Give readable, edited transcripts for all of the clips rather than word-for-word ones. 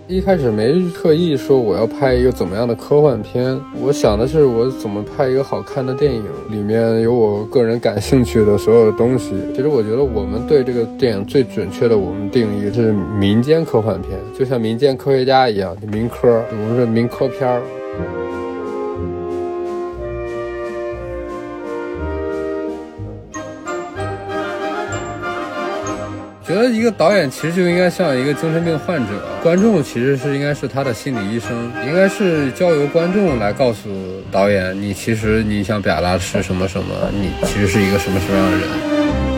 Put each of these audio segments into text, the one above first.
一开始没特意说我要拍一个怎么样的科幻片，我想的是我怎么拍一个好看的电影，里面有我个人感兴趣的所有的东西。其实我觉得我们对这个电影最准确的我们定义是民间科幻片，就像民间科学家一样，民科，我们是民科片。觉得一个导演其实就应该像一个精神病患者，观众其实应该是他的心理医生，应该是交由观众来告诉导演，你其实你想表达的是什么什么，你其实是一个什么什么样的人。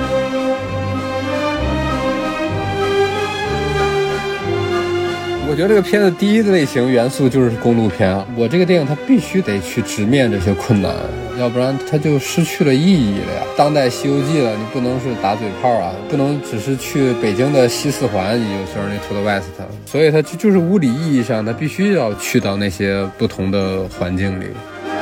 我觉得这个片子第一类型元素就是公路片啊，我这个电影它必须得去直面这些困难，要不然它就失去了意义了呀。当代西游记了，你不能是打嘴炮啊，不能只是去北京的西四环，你就 Journey to the West， 所以它就是物理意义上它必须要去到那些不同的环境里。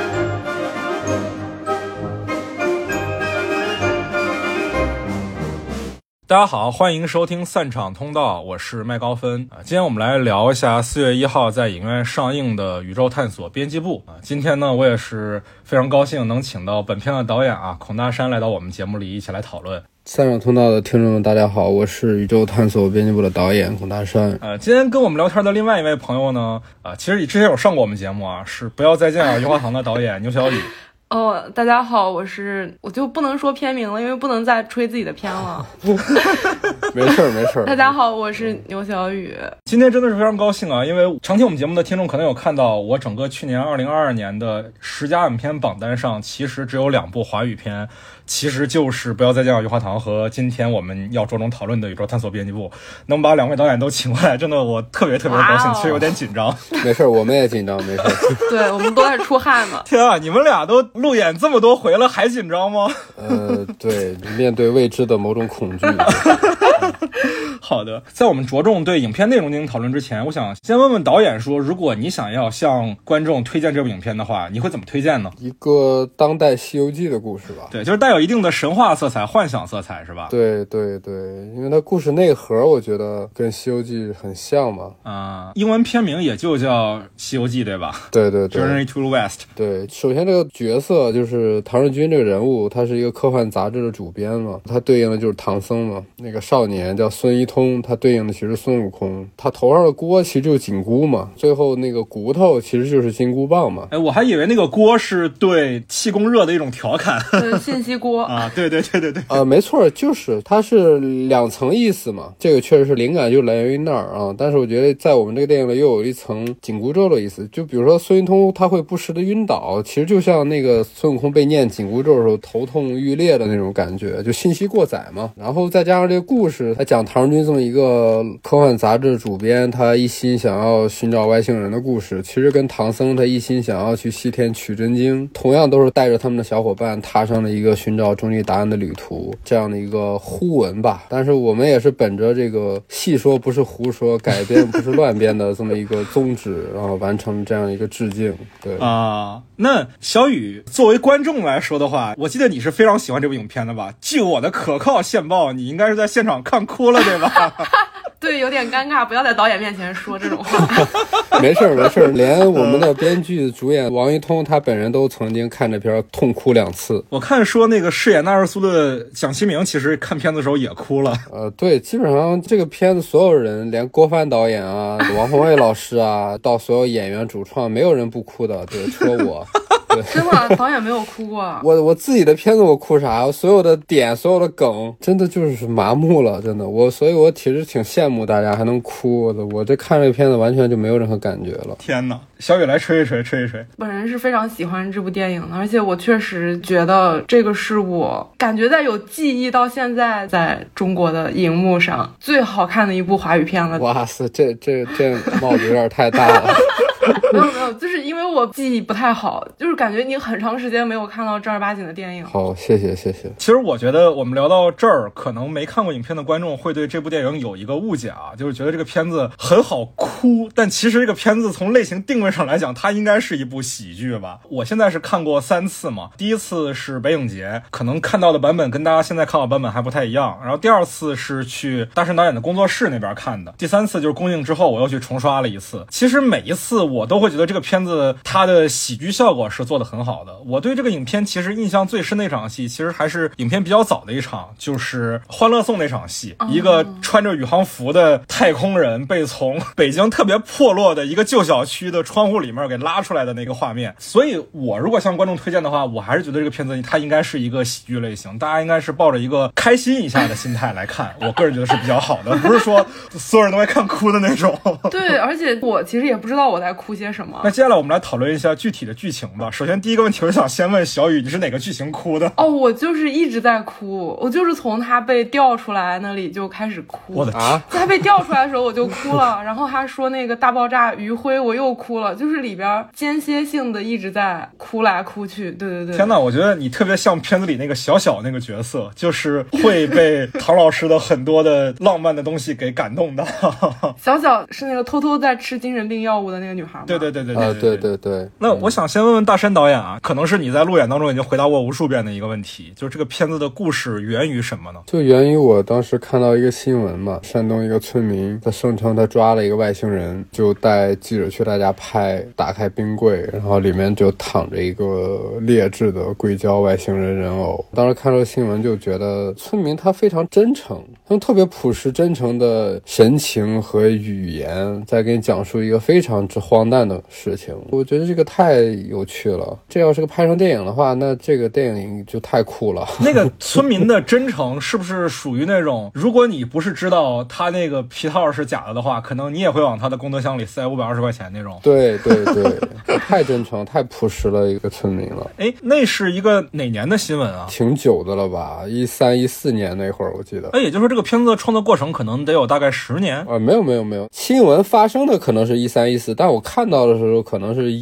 大家好，欢迎收听散场通道，我是麦高芬啊。今天我们来聊一下4月1号在影院上映的《宇宙探索编辑部》啊。今天呢，我也是非常高兴能请到本片的导演啊孔大山来到我们节目里一起来讨论。 散场通道的听众们大家好，我是宇宙探索编辑部的导演孔大山。 今天跟我们聊天的另外一位朋友呢，其实之前有上过我们节目啊，是不要再见啊樱花堂的导演牛小雨。 大家好，我就不能说片名了，因为不能再吹自己的片了。 没事。 大家好，我是牛小雨。 今天真的是非常高兴啊，因为常听我们节目的听众可能有看到，我整个去年2022年的10佳影片榜单上，其实只有2部华语片，其实就是不要再见到樱花堂和今天我们要着重讨论的宇宙探索编辑部。能把2位导演都请过来，真的我特别高兴，其实有点紧张。 没事，我们也紧张，没事。 对，我们都在出汗嘛。 天啊，你们俩都路演这么多回了，还紧张吗？ 对，面对未知的某种恐惧。 好的，在我们着重对影片内容进行讨论之前，我想先问问导演说，如果你想要向观众推荐这部影片的话，你会怎么推荐呢？ 一个当代西游记的故事吧。 对，就是带有一定的神话色彩、幻想色彩，是吧？ 对，因为它故事内核我觉得跟西游记很像嘛。 英文片名也就叫西游记，对吧？ 对 Journey to the West。 对，首先这个角色就是唐润军这个人物，他是一个科幻杂志的主编嘛，他对应的就是唐僧嘛。那个少年叫孙一通，他对应的其实孙悟空，他头上的锅其实就是紧箍嘛，最后那个骨头其实就是金箍棒嘛。 我还以为那个锅是对气功热的一种调侃。 信息锅啊，对。 没错，就是它是2层意思嘛，这个确实是灵感就来源于那儿啊。但是我觉得在我们这个电影里又有一层紧箍咒的意思，就比如说孙一通他会不时的晕倒，其实就像那个孙悟空被念紧箍咒的时候头痛欲裂的那种感觉，就信息过载嘛。然后再加上这个故事，他讲唐人军这么一个科幻杂志主编，他一心想要寻找外星人的故事，其实跟唐僧他一心想要去西天取真经，同样都是带着他们的小伙伴踏上了一个寻找终极答案的旅途，这样的一个互文吧。但是我们也是本着这个细说不是胡说，改编不是乱编的这么一个宗旨，然后完成这样一个致敬。对啊， 那小雨作为观众来说的话，我记得你是非常喜欢这部影片的吧？据我的可靠线报，你应该是在现场看哭了，对吧？ 对，有点尴尬，不要在导演面前说这种话。 没事，连我们的编剧主演王一通他本人都曾经看这片痛哭2次。 我看说那个饰演纳尔苏的蒋奇明其实看片子的时候也哭了。 对，基本上这个片子所有人，连郭帆导演啊、王宏伟老师啊，到所有演员主创，没有人不哭的，对，除了我。 真的，导演没有哭过。 我自己的片子我哭啥？我所有的点、所有的梗，真的就是麻木了，真的。所以我其实挺羡慕大家还能哭的。我这看这个片子完全就没有任何感觉了。 天哪！小雨来吹一吹。 本人是非常喜欢这部电影的，而且我确实觉得这个是我感觉在有记忆到现在在中国的荧幕上最好看的一部华语片了。 哇塞，这帽子有点太大了。 没有，就是因为我记忆不太好，就是感觉你很长时间没有看到正儿八经的电影。 好，谢谢。 其实我觉得我们聊到这儿，可能没看过影片的观众会对这部电影有一个误解啊，就是觉得这个片子很好哭，但其实这个片子从类型定位上来讲，它应该是一部喜剧吧。我现在是看过3次嘛，第一次是北影节，可能看到的版本跟大家现在看到的版本还不太一样，然后第二次是去大神导演的工作室那边看的，第3次就是公映之后我又去重刷了一次。其实每一次我都会觉得这个片子它的喜剧效果是做得很好的。我对这个影片其实印象最深的一场戏，其实还是影片比较早的一场，就是欢乐颂那场戏，一个穿着宇航服的太空人被从北京特别破落的一个旧小区的窗户里面给拉出来的那个画面。所以我如果向观众推荐的话，我还是觉得这个片子它应该是一个喜剧类型，大家应该是抱着一个开心一下的心态来看，我个人觉得是比较好的，不是说所有人都会看哭的那种。 对，而且我其实也不知道我在哭些什么。 那接下来我们来讨论一下具体的剧情吧。首先第一个问题，我想先问小雨，你是哪个剧情哭的？ 哦，我就是一直在哭，我就是从他被调出来那里就开始哭。 我的天！ 他被调出来的时候我就哭了，然后他说那个大爆炸余晖我又哭了，就是里边间歇性的一直在哭来哭去。对。 天哪，我觉得你特别像片子里那个小小那个角色，就是会被唐老师的很多的浪漫的东西给感动到。 小小是那个偷偷在吃精神病药物的那个女孩吗？ 对。 对。 那我想先问问大山导演啊，可能是你在路演当中已经回答过无数遍的一个问题，就是这个片子的故事源于什么呢？ 就源于我当时看到一个新闻嘛，山东一个村民他声称他抓了一个外星人，就带记者去他家拍，打开冰柜，然后里面就躺着一个劣质的硅胶外星人人偶。当时看到新闻就觉得村民他非常真诚，他用特别朴实真诚的神情和语言在给你讲述一个非常之荒诞的事情，我觉得这个太有趣了。这要是个拍成电影的话，那这个电影就太酷了。 那个村民的真诚是不是属于那种，如果你不是知道他那个皮套是假的话，可能你也会往他的功德箱里塞520块钱那种？对， 太真诚太朴实了一个村民了。 那是一个哪年的新闻啊？ 挺久的了吧，13、14年那会儿我记得。 也就是说这个片子的创作过程可能得有大概10年。 没有，新闻发生的可能是13、14，但我看到的时候可能是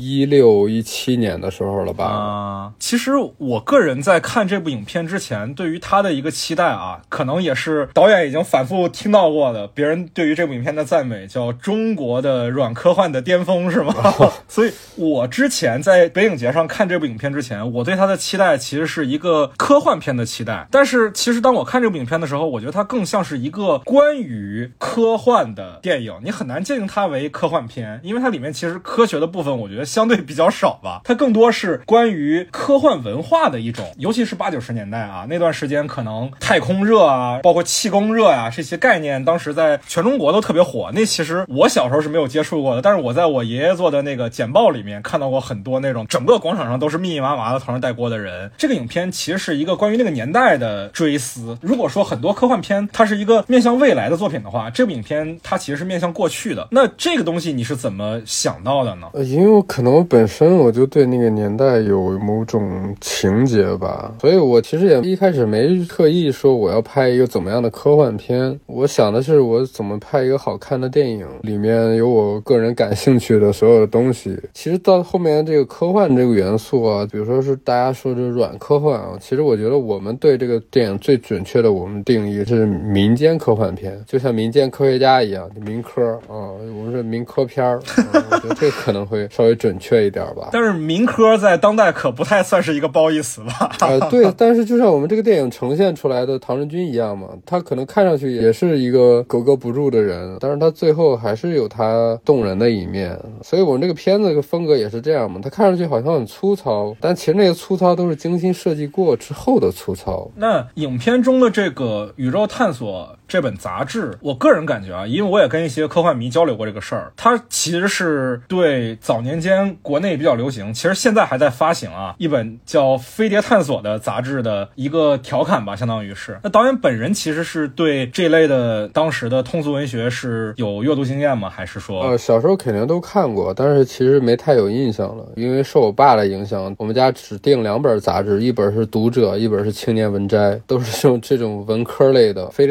16、17年的时候了吧。 其实我个人在看这部影片之前，对于他的一个期待啊，可能也是导演已经反复听到过的，别人对于这部影片的赞美叫中国的软科幻的巅峰，是吗？所以我之前在北影节上看这部影片之前，我对他的期待其实是一个科幻片的期待，但是其实当我看这部影片的时候，我觉得它更像是一个关于科幻的电影，你很难界定它为科幻片，因为它里面其实科学的部分我觉得相对比较少吧，它更多是关于科幻文化的一种，尤其是80、90年代啊，那段时间可能太空热啊，包括气功热啊，这些概念当时在全中国都特别火。那其实我小时候是没有接触过的，但是我在我爷爷做的那个简报里面看到过很多那种整个广场上都是密密麻麻的头上戴锅的人。这个影片其实是一个关于那个年代的追思。如果说很多科幻片它是一个面向未来的作品的话，这部影片它其实是面向过去的。那这个东西你是怎么想到的呢？ 因为可能我本身我就对那个年代有某种情节吧，所以我其实也一开始没特意说我要拍一个怎么样的科幻片，我想的是我怎么拍一个好看的电影，里面有我个人感兴趣的所有的东西。其实到后面这个科幻这个元素啊，比如说是大家说这软科幻啊，其实我觉得我们对这个电影最准确的我们定义是民间科幻片，就像民间科学家一样，民科啊，我们是民科片我觉得这可能会稍微准确一点吧。 但是民科在当代可不太算是一个褒义词吧？ 对，但是就像我们这个电影呈现出来的唐人军一样嘛，他可能看上去也是一个格格不入的人，但是他最后还是有他动人的一面。所以我们这个片子的风格也是这样嘛，他看上去好像很粗糙，但其实那个粗糙都是精心设计过之后的粗糙。 那影片中的这个宇宙探索这本杂志，我个人感觉啊，因为我也跟一些科幻迷交流过这个事儿，它其实是对早年间国内比较流行，其实现在还在发行啊，一本叫《飞碟探索》的杂志的一个调侃吧，相当于是。那导演本人其实是对这类的当时的通俗文学是有阅读经验吗？还是说小时候肯定都看过，但是其实没太有印象了，因为受我爸的影响，我们家只订2本杂志，一本是读者，一本是青年文摘，都是这种文科类的。飞碟探索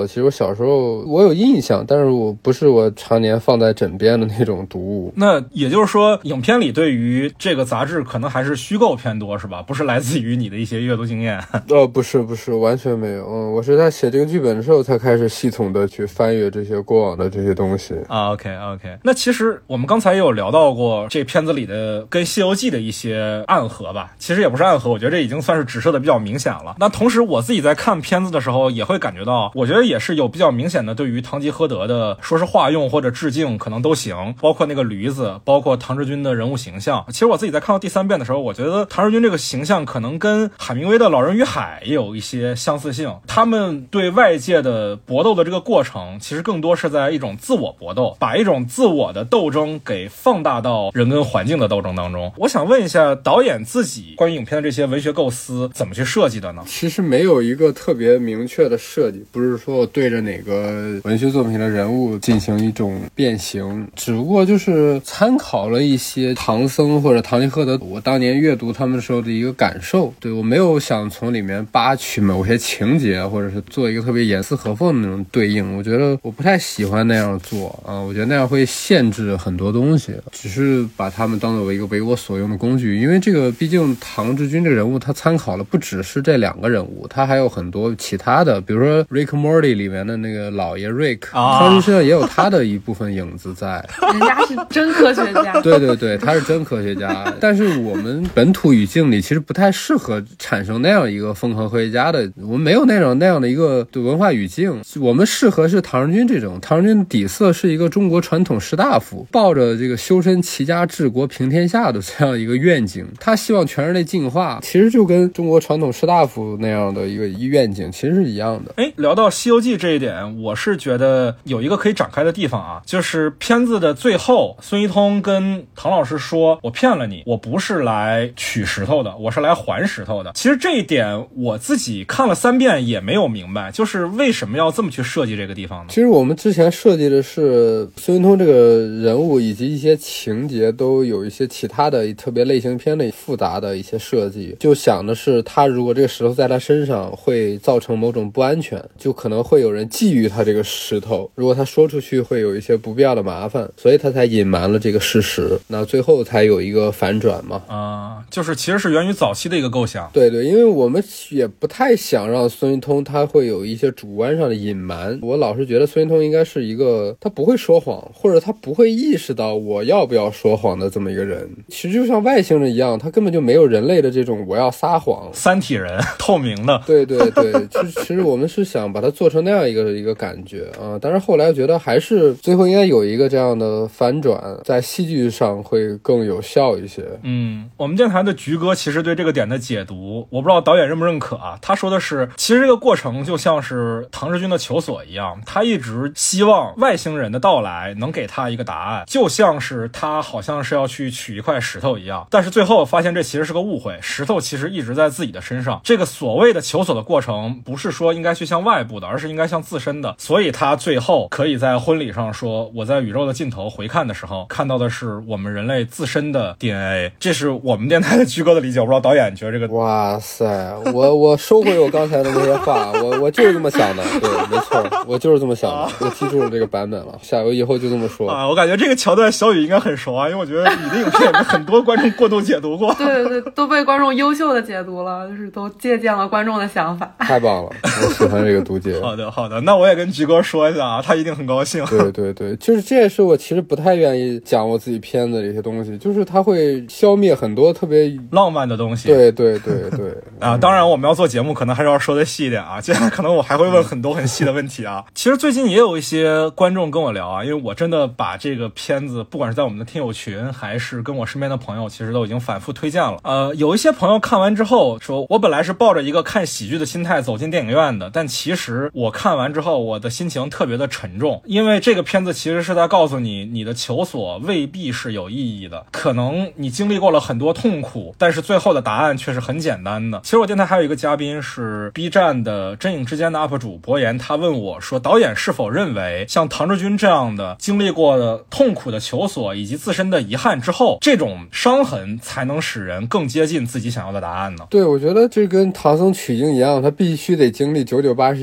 多。其实我小时候我有印象，但是我不是我常年放在枕边的那种读物。 那也就是说，影片里对于这个杂志可能还是虚构偏多，是吧？不是来自于你的一些阅读经验。 不是，完全没有。我是在写这个剧本的时候才开始系统的去翻阅这些过往的这些东西。 OK， 那其实我们刚才也有聊到过这片子里的跟《西游记》的一些暗合吧，其实也不是暗合，我觉得这已经算是指涉的比较明显了。那同时我自己在看片子的时候也会感觉到，我觉得也是有比较明显的对于唐吉诃德的说是化用或者致敬可能都行，包括那个驴子，包括唐志军的人物形象。其实我自己在看到第3遍的时候，我觉得唐志军这个形象可能跟海明威的《老人与海》也有一些相似性，他们对外界的搏斗的这个过程其实更多是在一种自我搏斗，把一种自我的斗争给放大到人跟环境的斗争当中。我想问一下导演自己关于影片的这些文学构思怎么去设计的呢？ 其实没有一个特别明确的设计，不是说我对着哪个文学作品的人物进行一种变形，只不过就是参考了一些唐僧或者唐吉诃德我当年阅读他们的时候的一个感受。对，我没有想从里面扒取某些情节，或者是做一个特别严丝合缝的那种对应。我觉得我不太喜欢那样做啊，我觉得那样会限制很多东西，只是把他们当作为一个为我所用的工具。因为这个毕竟唐志军这个人物他参考了不只是这2个人物，他还有很多其他的，比如说 Rick Morty 里面的那个老爷 Rick，唐志军身上也有他的一部分影子在。 人家是真科学家。 对，他是真科学家。但是我们本土语境里其实不太适合产生那样一个疯狂科学家的，我们没有那样的一个文化语境。我们适合是唐志军这种，唐志军底色是一个中国传统士大夫，抱着这个修身齐家治国平天下的这样一个愿景，他希望全人类进化，其实就跟中国传统士大夫那样的一个愿景其实是一样的。 聊到《西游记》这一点，我是觉得有一个可以展开的地方啊，就是片子的最后，孙一通跟唐老师说，我骗了你，我不是来取石头的，我是来还石头的。其实这一点我自己看了3遍也没有明白，就是为什么要这么去设计这个地方呢？ 其实我们之前设计的是孙一通这个人物以及一些情节都有一些其他的特别类型片的复杂的一些设计，就想的是他如果这个石头在他身上会造成某种不安全，就可能会有人觊觎他这个石头，如果他说出去会有一些不必要的麻烦，所以他才隐瞒了这个事实，那最后才有一个反转嘛。 就是其实是源于早期的一个构想。 对，因为我们也不太想让孙一通他会有一些主观上的隐瞒，我老是觉得孙一通应该是一个他不会说谎，或者他不会意识到我要不要说谎的这么一个人。其实就像外星人一样，他根本就没有人类的这种我要撒谎， 三体人透明的。 对，其实我们是想把它做成那样一个感觉啊，但是后来觉得还是最后应该有一个这样的反转，在戏剧上会更有效一些。 我们电台的菊哥其实对这个点的解读，我不知道导演认不认可啊。他说的是，其实这个过程就像是唐志军的求索一样，他一直希望外星人的到来能给他一个答案，就像是他好像是要去取一块石头一样，但是最后发现这其实是个误会，石头其实一直在自己的身上。这个所谓的求索的过程不是说应该去向外部的，而是应该向自身的，所以他最后可以在婚礼上说，我在宇宙的尽头回看的时候看到的是我们人类自身的 DNA。 这是我们电台的居哥的理解，我不知道导演觉得这个。 哇塞，我收回我刚才的那些话，我就是这么想的。对，没错，我就是这么想的，我记住了这个版本了，下回以后就这么说啊。我感觉这个桥段小雨应该很熟啊，因为我觉得你的影片也被很多观众过度解读过。 对，都被观众优秀的解读了，就是都借鉴了观众的想法。 太棒了，我喜欢这个读解。 好的，那我也跟菊哥说一下啊，他一定很高兴。 对，就是这也是我其实不太愿意讲我自己片子的一些东西，就是它会消灭很多特别浪漫的东西。 对啊，当然我们要做节目可能还是要说的细一点啊，接下来可能我还会问很多很细的问题啊。其实最近也有一些观众跟我聊啊，因为我真的把这个片子不管是在我们的听友群还是跟我身边的朋友其实都已经反复推荐了。有一些朋友看完之后说，我本来是抱着一个看喜剧的心态走进电影院的，但其实我看完之后我的心情特别的沉重，因为这个片子其实是在告诉你，你的求索未必是有意义的，可能你经历过了很多痛苦，但是最后的答案却是很简单的。其实我电台还有一个嘉宾是 B 站的真影之间的 UP 主博言，他问我说，导演是否认为像唐志军这样的经历过的痛苦的求索以及自身的遗憾之后，这种伤痕才能使人更接近自己想要的答案呢？ 对，我觉得这跟唐僧取经一样，他必须得经历9981难，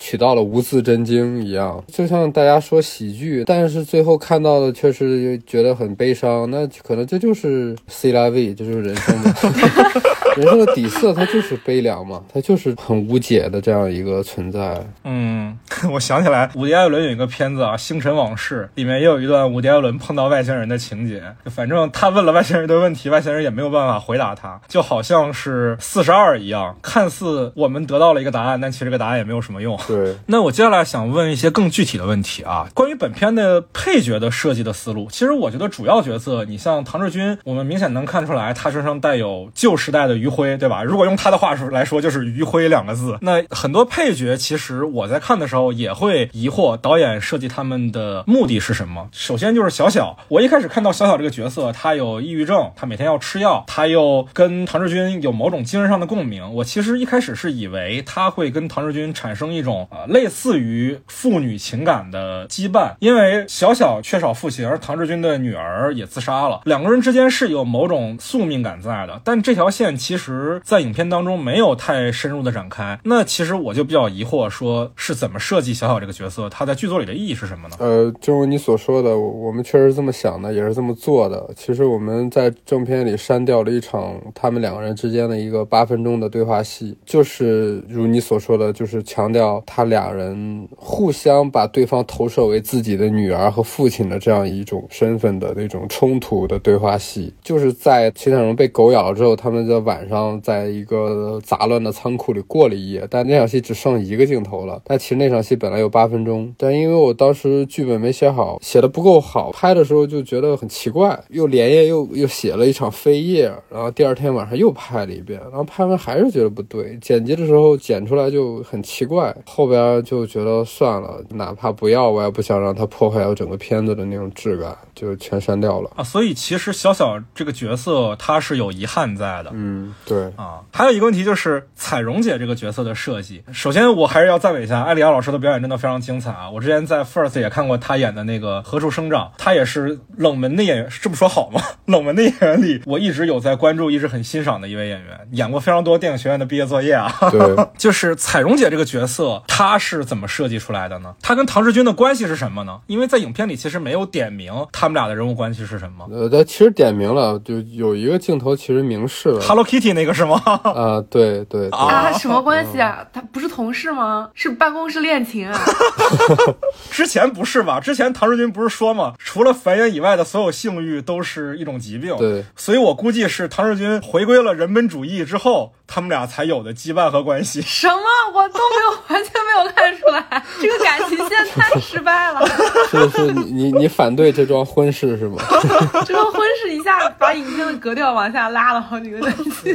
取到了无字真经一样，就像大家说喜剧，但是最后看到的确实觉得很悲伤，那可能这就是C la vie，这就是人生嘛。人生的底色它就是悲凉嘛，它就是很无解的这样一个存在。 我想起来伍迪·艾伦有一个片子啊，《星辰往事》，里面也有一段伍迪·艾伦碰到外星人的情节。反正他问了外星人的问题，外星人也没有办法回答他，就好像是42一样，看似我们得到了一个答案，但其实这个答案也没有什么用。 对， 那我接下来想问一些更具体的问题啊，关于本片的配角的设计的思路。其实我觉得主要角色，你像唐志军，我们明显能看出来他身上带有旧时代的余晖，对吧？如果用他的话来说，就是余晖2个字。那很多配角，其实我在看的时候也会疑惑导演设计他们的目的是什么。首先就是小小，我一开始看到小小这个角色，他有抑郁症，他每天要吃药，他又跟唐志军有某种精神上的共鸣。我其实一开始是以为他会跟唐志军产生一种类似于父女情感的羁绊，因为小小缺少父亲，而唐志军的女儿也自杀了，两个人之间是有某种宿命感在的，但这条线其实在影片当中没有太深入的展开。那其实我就比较疑惑，说是怎么设计小小这个角色，他在剧作里的意义是什么呢？ 正如你所说的，我们确实这么想的，也是这么做的。其实我们在正片里删掉了一场他们两个人之间的一个8分钟的对话戏，就是如你所说的，就是强调他俩人互相把对方投射为自己的女儿和父亲的这样一种身份的那种冲突的对话戏。就是在齐坦荣被狗咬了之后，他们在晚上在一个杂乱的仓库里过了一夜，但那场戏只剩一个镜头了。但其实那场戏本来有8分钟，但因为我当时剧本没写好，写的不够好，拍的时候就觉得很奇怪，又连夜又写了一场飞夜，然后第二天晚上又拍了一遍，然后拍完还是觉得不对，剪辑的时候剪出来就很奇怪，后边就觉得算了，哪怕不要，我也不想让它破坏我整个片子的那种质感，就全删掉了啊。所以其实小小这个角色他是有遗憾在的。 对啊。还有一个问题就是彩蓉姐这个角色的设计，首先我还是要赞美一下艾丽亚老师的表演，真的非常精彩啊！我之前在 First 也看过她演的那个何处生长，她也是冷门的演员，这么说好吗？冷门的演员里，我一直有在关注，一直很欣赏的一位演员，演过非常多电影学院的毕业作业啊。 对， 就是彩蓉姐这个角色，她是怎么设计出来的呢？她跟唐志军的关系是什么呢？因为在影片里其实没有点名他们俩的人物关系是什么。 其实点名了，就有一个镜头其实明示了 Hello Kitty 那个是吗？ 对啊，什么关系啊？他不是同事吗？是办公室恋情啊？ 之前不是吧？之前唐志军不是说吗？除了繁衍以外的所有性欲都是一种疾病。 对， 所以我估计是唐志军回归了人本主义之后，他们俩才有的羁绊和关系。 什么？我都没有，完全没有看出来，这个感情线太失败了。 是你反对这桩婚事是吗？ 这个婚事一下把影片的格调往下拉了好几个等级。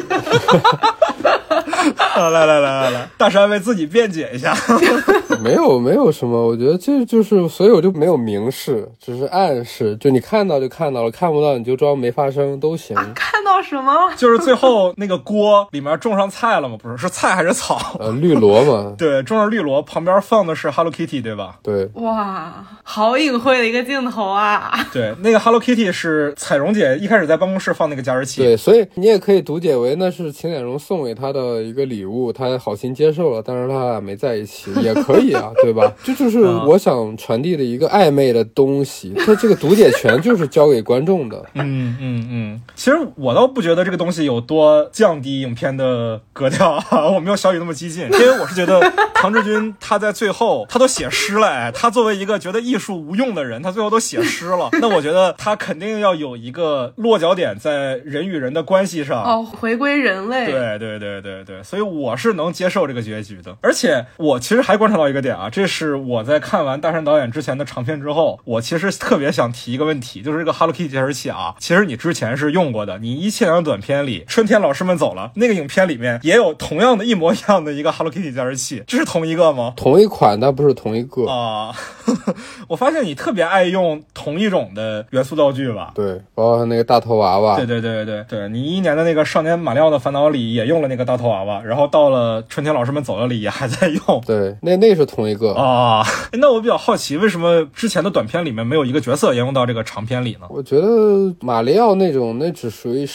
来，大山为自己辩解一下。 没有什么，我觉得这就是，所以我就没有明示，只是暗示，就你看到就看到了，看不到你就装没发生都行。 看到什么？ 就是最后那个锅里面种上菜了吗？不是，是菜还是草？ 绿萝嘛。 对，种上绿萝，旁边放的是 Hello Kitty， 对吧？ 对。 哇，好隐晦的一个镜头啊！ 对，那个 Hello Kitty 是彩蓉姐一开始在办公室放那个加湿器。 对，所以你也可以读解为那是秦简荣送给他的一个礼物，他好心接受了，但是他俩没在一起，也可以啊，对吧？这就是我想传递的一个暧昧的东西，他这个读解权就是交给观众的。 其实我倒不觉得这个东西有多降低影片的格调啊，我没有小雨那么激进，因为我是觉得唐志军他在最后他都写诗了，他作为一个觉得艺术无用的人，他最后都写诗了，那我觉得他肯定要有一个落脚点在人与人的关系上， 回归人类。 对，所以我是能接受这个结局的。而且我其实还观察到一个点啊，这是我在看完大山导演之前的长片之后，我其实特别想提一个问题，就是这个 Hello Kitty 加湿器啊，其实你之前是用过的，你17年的短片里春天老师们走了那个影片里面也有同样的一模一样的一个 Hello Kitty 加湿器，这是同一个吗？ 同一款但不是同一个啊。我发现你特别爱用同一种的元素道具吧？ 对，包括那个大头娃娃。 对，你11年的那个少年马里奥的烦恼里也用了那个大头娃娃，然后到了春天老师们走了里也还在用。 对，那是同一个啊。那我比较好奇，为什么之前的短片里面没有一个角色沿用到这个长片里呢？ 我觉得马里奥那种那只属于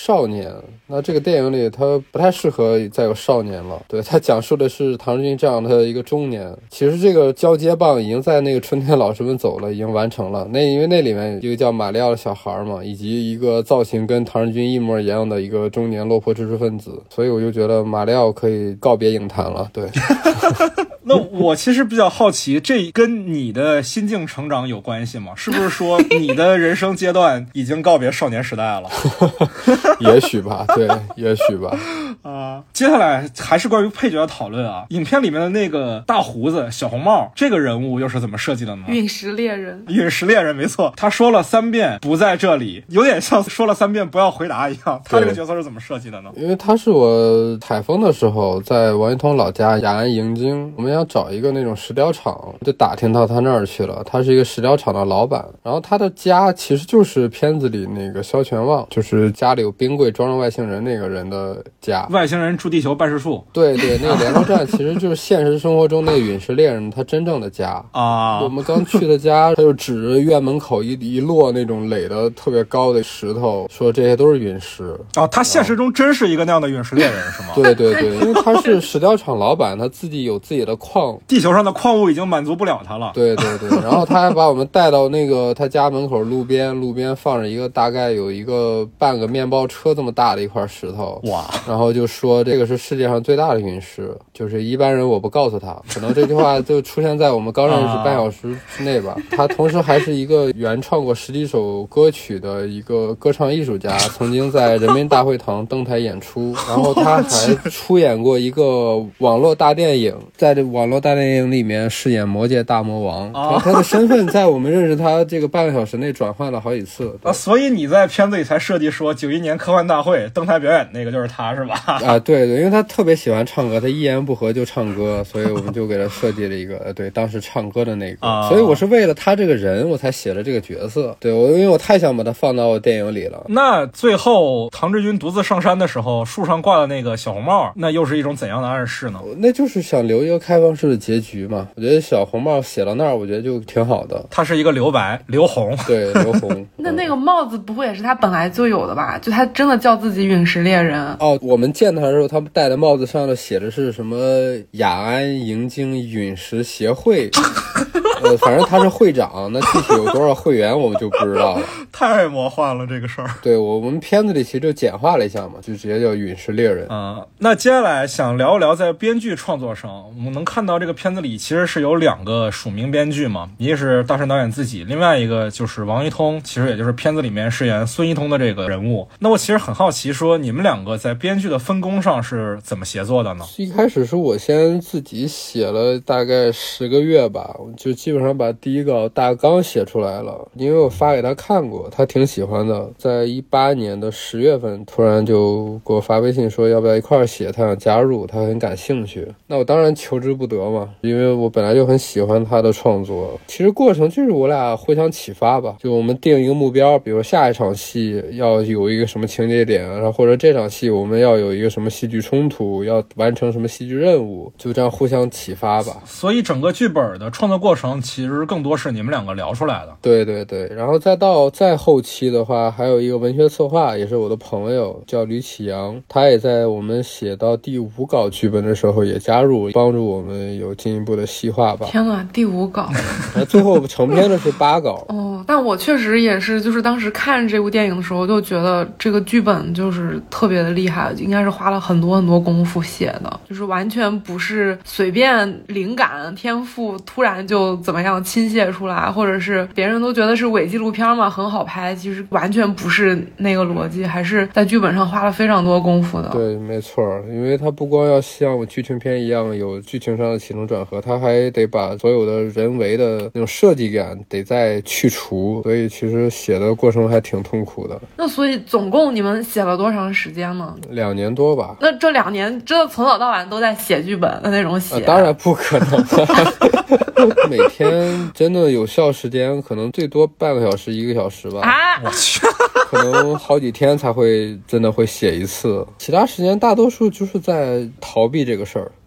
少年，那这个电影里他不太适合再有少年了。对，他讲述的是唐志军这样的一个中年。其实这个交接棒已经在那个春天老师们走了，已经完成了。因为那里面一个叫马里奥的小孩嘛，以及一个造型跟唐志军一模一样的一个中年落魄知识分子，所以我就觉得马里奥可以告别影坛了。对。 那我其实比较好奇，这跟你的心境成长有关系吗？是不是说你的人生阶段已经告别少年时代了？ 也许吧，对，也许吧。 接下来还是关于配角的讨论啊。影片里面的那个大胡子小红帽这个人物又是怎么设计的呢？ 陨石猎人， 陨石猎人没错，他说了3遍不在这里，有点像说了3遍不要回答一样。他这个角色是怎么设计的呢？ 因为他是我采风的时候在王一通老家雅安迎京，我们要找一个那种石雕厂，就打听到他那儿去了。他是一个石雕厂的老板，然后他的家其实就是片子里那个萧全旺，就是家里有冰柜装着外星人那个人的家。 外星人驻地球办事处。 对对，那个联络站其实就是现实生活中那个陨石猎人他真正的家啊。我们刚去的家，他就指着院门口一摞那种垒的特别高的石头，说这些都是陨石。 他现实中真是一个那样的陨石猎人是吗？ 对对对，因为他是石雕厂老板，他自己有自己的矿， 地球上的矿物已经满足不了他了。 对对对，然后他还把我们带到那个他家门口路边放着一个大概有一个半个面包车这么大的一块石头。哇！然后就说这个是世界上最大的陨石，就是一般人我不告诉他。可能这句话就出现在我们刚认识半小时之内吧。他同时还是一个原创过10几首歌曲的一个歌唱艺术家，曾经在人民大会堂登台演出，然后他还出演过一个网络大电影，在这网络大电影里面饰演魔界大魔王。他的身份在我们认识他这个半个小时内转换了好几次。 所以你在片子里才设计说91年科幻大会登台表演那个就是他是吧？ 对对，因为他特别喜欢唱歌，他一言不合就唱歌，所以我们就给他设计了一个对当时唱歌的那个。所以我是为了他这个人我才写了这个角色。对，因为我太想把他放到电影里了。 那最后唐志军独自上山的时候，树上挂的那个小红帽，那又是一种怎样的暗示呢？ 那就是想留一个开放式的结局嘛。我觉得小红帽写到那儿，我觉得就挺好的。 它是一个留白，留红。 对，留红。 那个帽子不会也是他本来就有的吧？就他真的叫自己陨石猎人。 我们见他的时候，他们戴的帽子上的写的是什么雅安迎京陨石协会。反正他是会长，那具体有多少会员我们就不知道了。 太魔幻了这个事儿。 对，我们片子里其实就简化了一下嘛，就直接叫陨石猎人。 那接下来想聊一聊在编剧创作上，我们能看到这个片子里其实是有2个署名编剧嘛，一个是大山导演自己，另外一个就是王一通，其实也就是片子里面饰演孙一通的这个人物。那我其实很好奇说，你们2个在编剧的分工上是怎么协作的呢？ 一开始是我先自己写了大概10个月吧，就基本上把第一稿大纲写出来了，因为我发给他看过，他挺喜欢的。在18年的10月份突然就给我发微信说要不要一块儿写，他想加入，他很感兴趣。那我当然求之不得嘛，因为我本来就很喜欢他的创作。其实过程就是我俩互相启发吧，就我们定一个目标，比如下一场戏要有一个什么情节点，然后或者这场戏我们要有一个什么戏剧冲突，要完成什么戏剧任务，就这样互相启发吧。 所以整个剧本的创作过程其实更多是你们2个聊出来的。 对对对，然后再后期的话，还有一个文学策划，也是我的朋友叫吕启阳，他也在我们写到第5稿剧本的时候也加入，帮助我们有进一步的细化吧。 天哪，第5稿， 最后成片的是8稿。 但我确实也是，就是当时看这部电影的时候，就觉得这个剧本就是特别的厉害，应该是花了很多很多功夫写的，就是完全不是随便灵感天赋突然就怎么样倾泻出来，或者是别人都觉得是伪纪录片嘛，很好拍，其实完全不是那个逻辑，还是在剧本上花了非常多功夫的。 对，没错，因为它不光要像剧情片一样有剧情上的起承转合，它还得把所有的人为的那种设计感得再去除，所以其实写的过程还挺痛苦的。 那所以总共你们写了多长时间呢 ？2年多吧。 那这2年真的从早到晚都在写剧本的那种写？ 当然不可能。每天真的有效时间可能最多半个小时1个小时吧。 我去， 可能好几天才会真的会写一次，其他时间大多数就是在逃避这个事儿。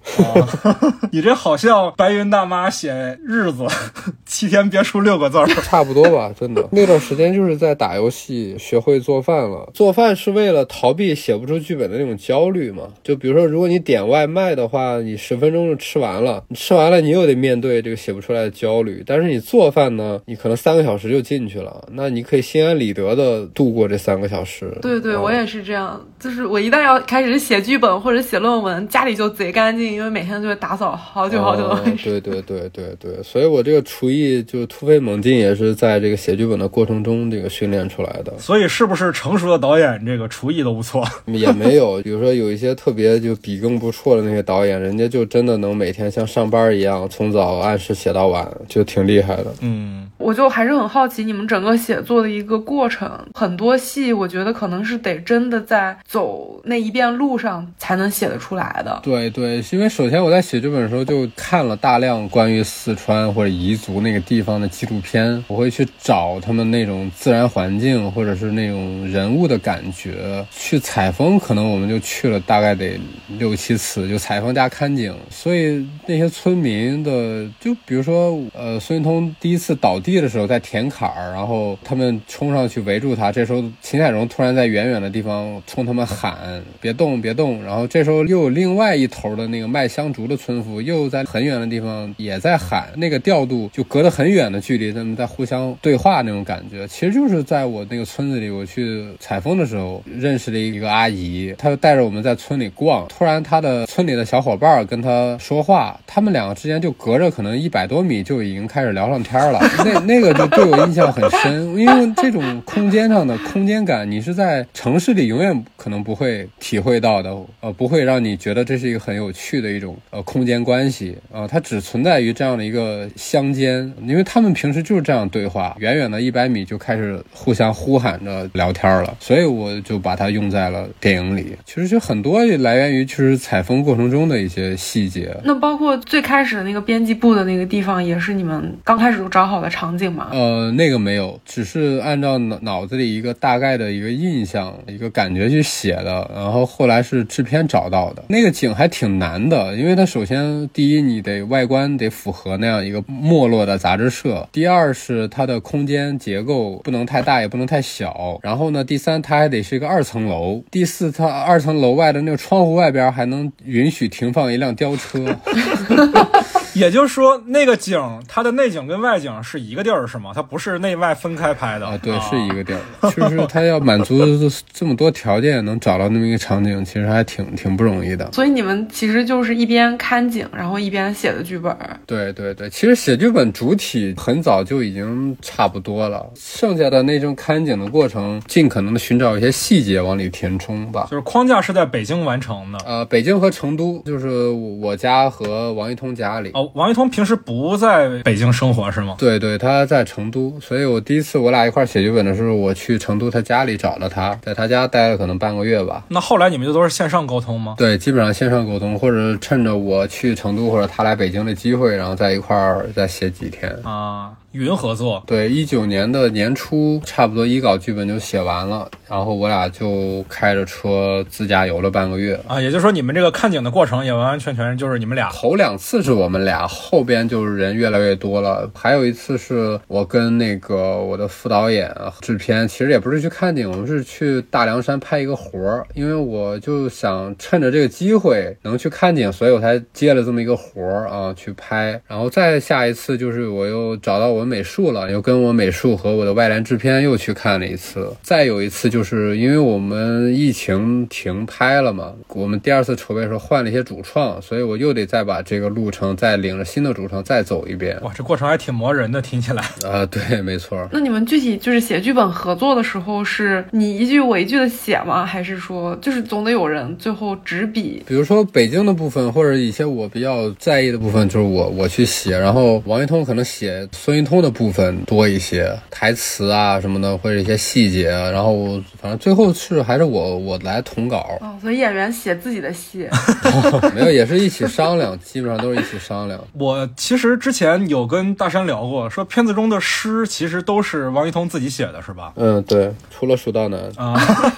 你这好像白云大妈写日子7天别出6个字儿， 差不多吧，真的。那段时间就是在打游戏，学会做饭了。做饭是为了逃避写不出剧本的那种焦虑嘛。就比如说，如果你点外卖的话，你10分钟就吃完了，你吃完了你又得面对这个写不出来的焦虑。但是你做饭呢，你可能3个小时就进去了，那你可以心安理得的度过这3个小时。 对对，我也是这样。就是我一旦要开始写剧本或者写论文，家里就贼干净，因为每天就会打扫好久好久的。 对对对对对，所以我这个厨艺就突飞猛进，也是在这个写剧本的过程中这个训练出来的。 所以是不是成熟的导演这个厨艺都不错？ 也没有，比如说有一些特别就笔耕不辍的那些导演，人家就真的能每天像上班一样，从早按时写到晚，就挺厉害的。 我就还是很好奇你们整个写作的一个过程。很多戏我觉得可能是得真的在走那一遍路上才能写得出来的。 对对，因为首先我在写剧本的时候就看了大量关于四川或者彝族那个地方的纪录片，我会去找他们那种自然环境或者是那种人物的感觉。去采风可能我们就去了大概得6、7次，就采风加看景。所以那些村民的，就比如说孙运通第一次倒地的时候在田坎儿，然后他们冲上去围住他，这时候秦彩荣突然在远远的地方冲他们喊别动别动，然后这时候又有另外一头的那个卖香烛的村妇又在很远的地方也在喊，那个调度就隔得很远的距离，他们在互相对话那种感觉。其实就是在我那个村子里，我去采风的时候认识了一个阿姨，她就带着我们在村里逛，突然她的村里的小伙伴跟她说话，他们两个之间就隔着可能100多米就已经开始聊上天了。那个就对我印象很深，因为这种空间上的空间感你是在城市里永远可能不会体会到的，不会让你觉得这是一个很有趣的一种空间关系它只存在于这样的一个乡间，因为他们平时就是这样对话，远远的100米就开始互相呼喊着聊天了，所以我就把它用在了电影里。其实就很多来源于就是采风过程中的一些细节。 那包括最开始的那个编辑部的那个地方也是你们刚开始就找好的场景吗？ 那个没有，只是按照脑子里一个大概的一个印象一个感觉去写的，然后后来是制片找到的。那个景还挺难的，因为它首先第一你得外观得符合那样一个没落的杂志社，第二是它的空间结构不能太大也不能太小，然后呢第三它还得是一个2层楼，第四它2层楼外的那个窗户外边还能允许停放一辆吊车也就是说那个景它的内景跟外景是一个地儿是吗？它不是内外分开拍的对，是一个地儿就是它要满足这么多条件能找到那么一个场景，其实还挺不容易的。 所以你们其实就是一边看景然后一边写的剧本。 对对对，其实写剧本主体很早就已经差不多了，剩下的那种看景的过程尽可能的寻找一些细节往里填充吧。 就是框架是在北京完成的北京和成都，就是我家和王一通家里。 王一通平时不在北京生活是吗？ 对对，他在成都，所以我第一次我俩一块写剧本的时候，我去成都他家里找了他，在他家待了可能半个月吧。 那后来你们就都是线上沟通吗？ 对，基本上线上沟通，或者趁着我去成都或者他来北京的机会，然后在一块儿再写几天云合作。 对，19年的年初差不多一稿剧本就写完了，然后我俩就开着车自驾游了半个月也就是说你们这个看景的过程也完完全全就是你们俩。 头2次是我们俩，后边就是人越来越多了。还有一次是我跟那个我的副导演制片，其实也不是去看景，我们是去大凉山拍一个活儿，因为我就想趁着这个机会能去看景，所以我才接了这么一个活儿去拍。然后再下一次就是我又找到我美术了，又跟我美术和我的外联制片又去看了一次。再有一次就是因为我们疫情停拍了嘛，我们第2次筹备的时候换了一些主创，所以我又得再把这个路程再领着新的主创再走一遍。 哇，这过程还挺磨人的，听起来对，没错。 那你们具体就是写剧本合作的时候，是你一句我一句的写吗？还是说就是总得有人最后执笔？ 比如说北京的部分或者一些我比较在意的部分，就是我去写，然后王一通可能写孙一通的部分多一些，台词什么的或者一些细节，然后反正最后还是我来统稿。 所以演员写自己的戏没有，也是一起商量，基本上都是一起商量。 我其实之前有跟大山聊过，说片子中的诗其实都是王一通自己写的是吧？ 对，除了蜀道难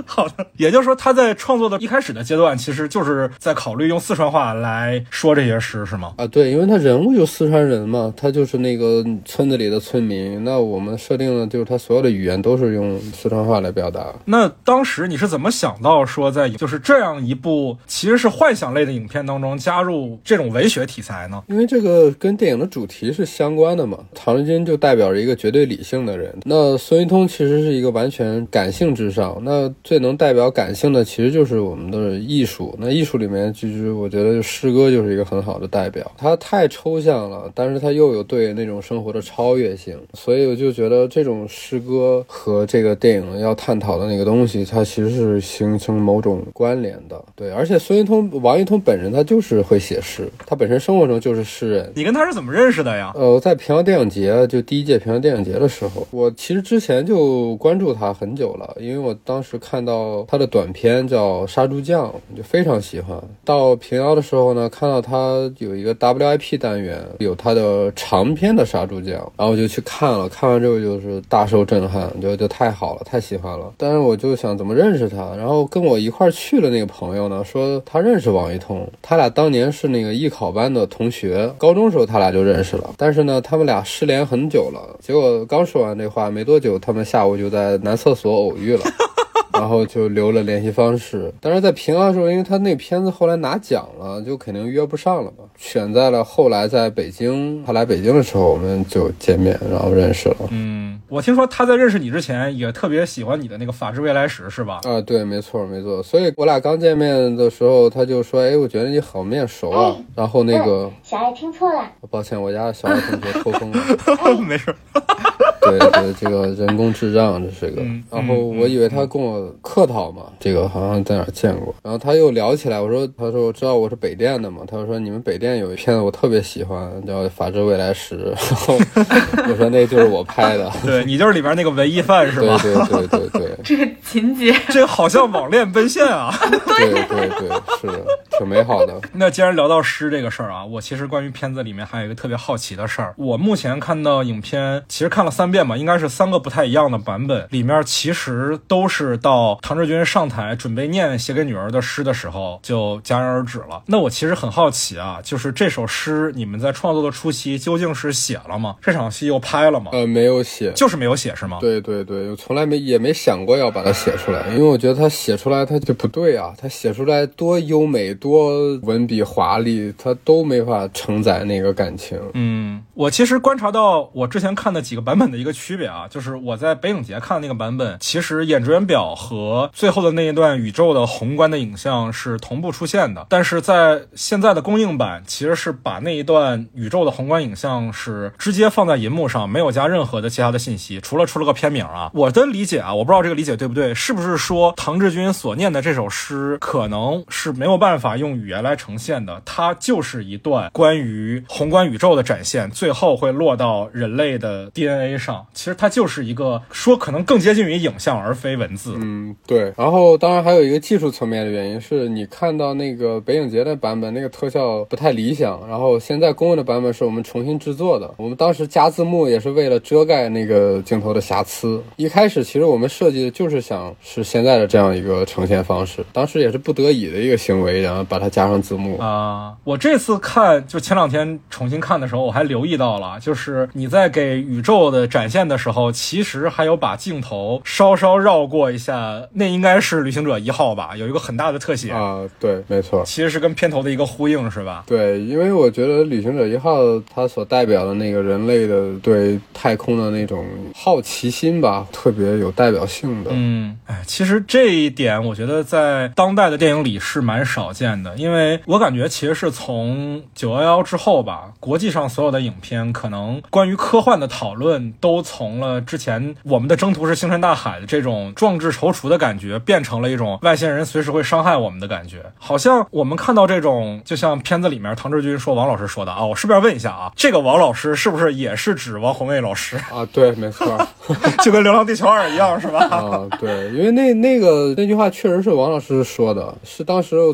好的，也就是说他在创作的一开始的阶段，其实就是在考虑用四川话来说这些诗，是吗？ 啊，对，因为他人物就四川人嘛，他就是那个村子里的村民，那我们设定的就是他所有的语言都是用四川话来表达。 那当时你是怎么想到说在就是这样一部其实是幻想类的影片当中加入这种文学题材呢？ 因为这个跟电影的主题是相关的嘛，唐志军就代表着一个绝对理性的人，那孙云通其实是一个完全感性至上，那最能代表感性的其实就是我们的艺术，那艺术里面其实我觉得诗歌就是一个很好的代表，它太抽象了，但是它又有对那种生活的超越性，所以我就觉得这种诗歌和这个电影要探讨的那个东西它其实是形成某种关联的。对，而且王一通本人他就是会写诗，他本身生活中就是诗人。 你跟他是怎么认识的呀？ 在平遥电影节，就第一届平遥电影节的时候，我其实之前就关注他很久了，因为我当时看到他的短片叫《杀猪匠》，就非常喜欢。到平遥的时候呢，看到他有一个 WIP 单元，有他的长篇的《杀猪匠》，然后我就去看了，看完之后就是大受震撼，就太好了，太喜欢了。但是我就想怎么认识他，然后跟我一块去了那个朋友呢，说他认识王一通，他俩当年是那个艺考班的同学，高中时候他俩就认识了，但是呢他们俩失联很久了，结果刚说完这话没多久，他们下午就在男厕所偶遇了然后就留了联系方式。但是在平遥的时候，因为他那片子后来拿奖了，就肯定约不上了嘛，选在了后来在北京，他来北京的时候我们就见面，然后认识了。 我听说他在认识你之前也特别喜欢你的那个《法治未来史》，是吧？ 啊，对，没错没错。所以我俩刚见面的时候，他就说：“哎，我觉得你好面熟啊。”然后那个小爱听错了， 抱歉，我家小爱同学抽风了。 没事。 对对，这个人工智障这是个。然后我以为他跟我客套嘛，这个好像在哪儿见过。然后他又聊起来，他说我知道我是北电的嘛，他说你们北电有一片子我特别喜欢，叫《法治未来史》，然后我说那就是我拍的。 对，你就是里边那个文艺范是吧？ 对对对对对。 这个情节， 这好像网恋奔现啊！ 对对对，是的，挺美好的。 那既然聊到诗这个事儿啊，我其实关于片子里面还有一个特别好奇的事儿。我目前看到影片，其实看了3遍嘛，应该是3个不太一样的版本，里面其实都是到唐志军上台准备念写给女儿的诗的时候就戛然而止了。那我其实很好奇啊，就是这首诗你们在创作的初期究竟是写了吗？这场戏又拍了吗？ 没有写， 就是没有写是吗？ 对对对，我从来也没想过要把它写出来，因为我觉得他写出来他就不对啊，他写出来多优美多文笔华丽，他都没法承载那个感情。 我其实观察到我之前看的几个版本的一个区别啊，就是我在北影节看的那个版本，其实演职员表和最后的那一段宇宙的宏观的影像是同步出现的，但是在现在的公映版其实是把那一段宇宙的宏观影像是直接放在银幕上，没有加任何的其他的信息，除了出了个片名啊。我的理解啊，我不知道这个理解对不对，是不是说唐志军所念的这首诗可能是没有办法用语言来呈现的，它就是一段关于宏观宇宙的展现，最后会落到人类的 DNA 上，其实它就是一个说可能更接近于影像而非文字。 对。然后当然还有一个技术层面的原因，是你看到那个北影节的版本那个特效不太理想，然后现在公映的版本是我们重新制作的，我们当时加字幕也是为了遮盖那个镜头的瑕疵，一开始其实我们设计的就是想是现在的这样一个呈现方式，当时也是不得已的一个行为，然后把它加上字幕啊。我这次看就前2天重新看的时候，我还留意到了，就是你在给宇宙的展现的时候，其实还有把镜头稍稍绕过一下，那应该是旅行者1号吧，有一个很大的特写啊。对，没错， 其实是跟片头的一个呼应是吧？ 对，因为我觉得旅行者1号它所代表的那个人类的对太空的那种好奇心吧，特别有代表性的。 其实这一点我觉得在当代的电影里是蛮少见的，因为我感觉其实是从911之后吧，国际上所有的影片可能关于科幻的讨论都从了之前我们的征途是星辰大海的这种壮志踌躇的感觉，变成了一种外星人随时会伤害我们的感觉。好像我们看到这种，就像片子里面唐志军说王老师说的啊，我是不是要问一下啊，这个王老师是不是也是指王宏卫老师啊？对，没错就跟流浪地球2一样是吧？ 啊，对，因为那句话确实是王老师说的，是当时我参加一个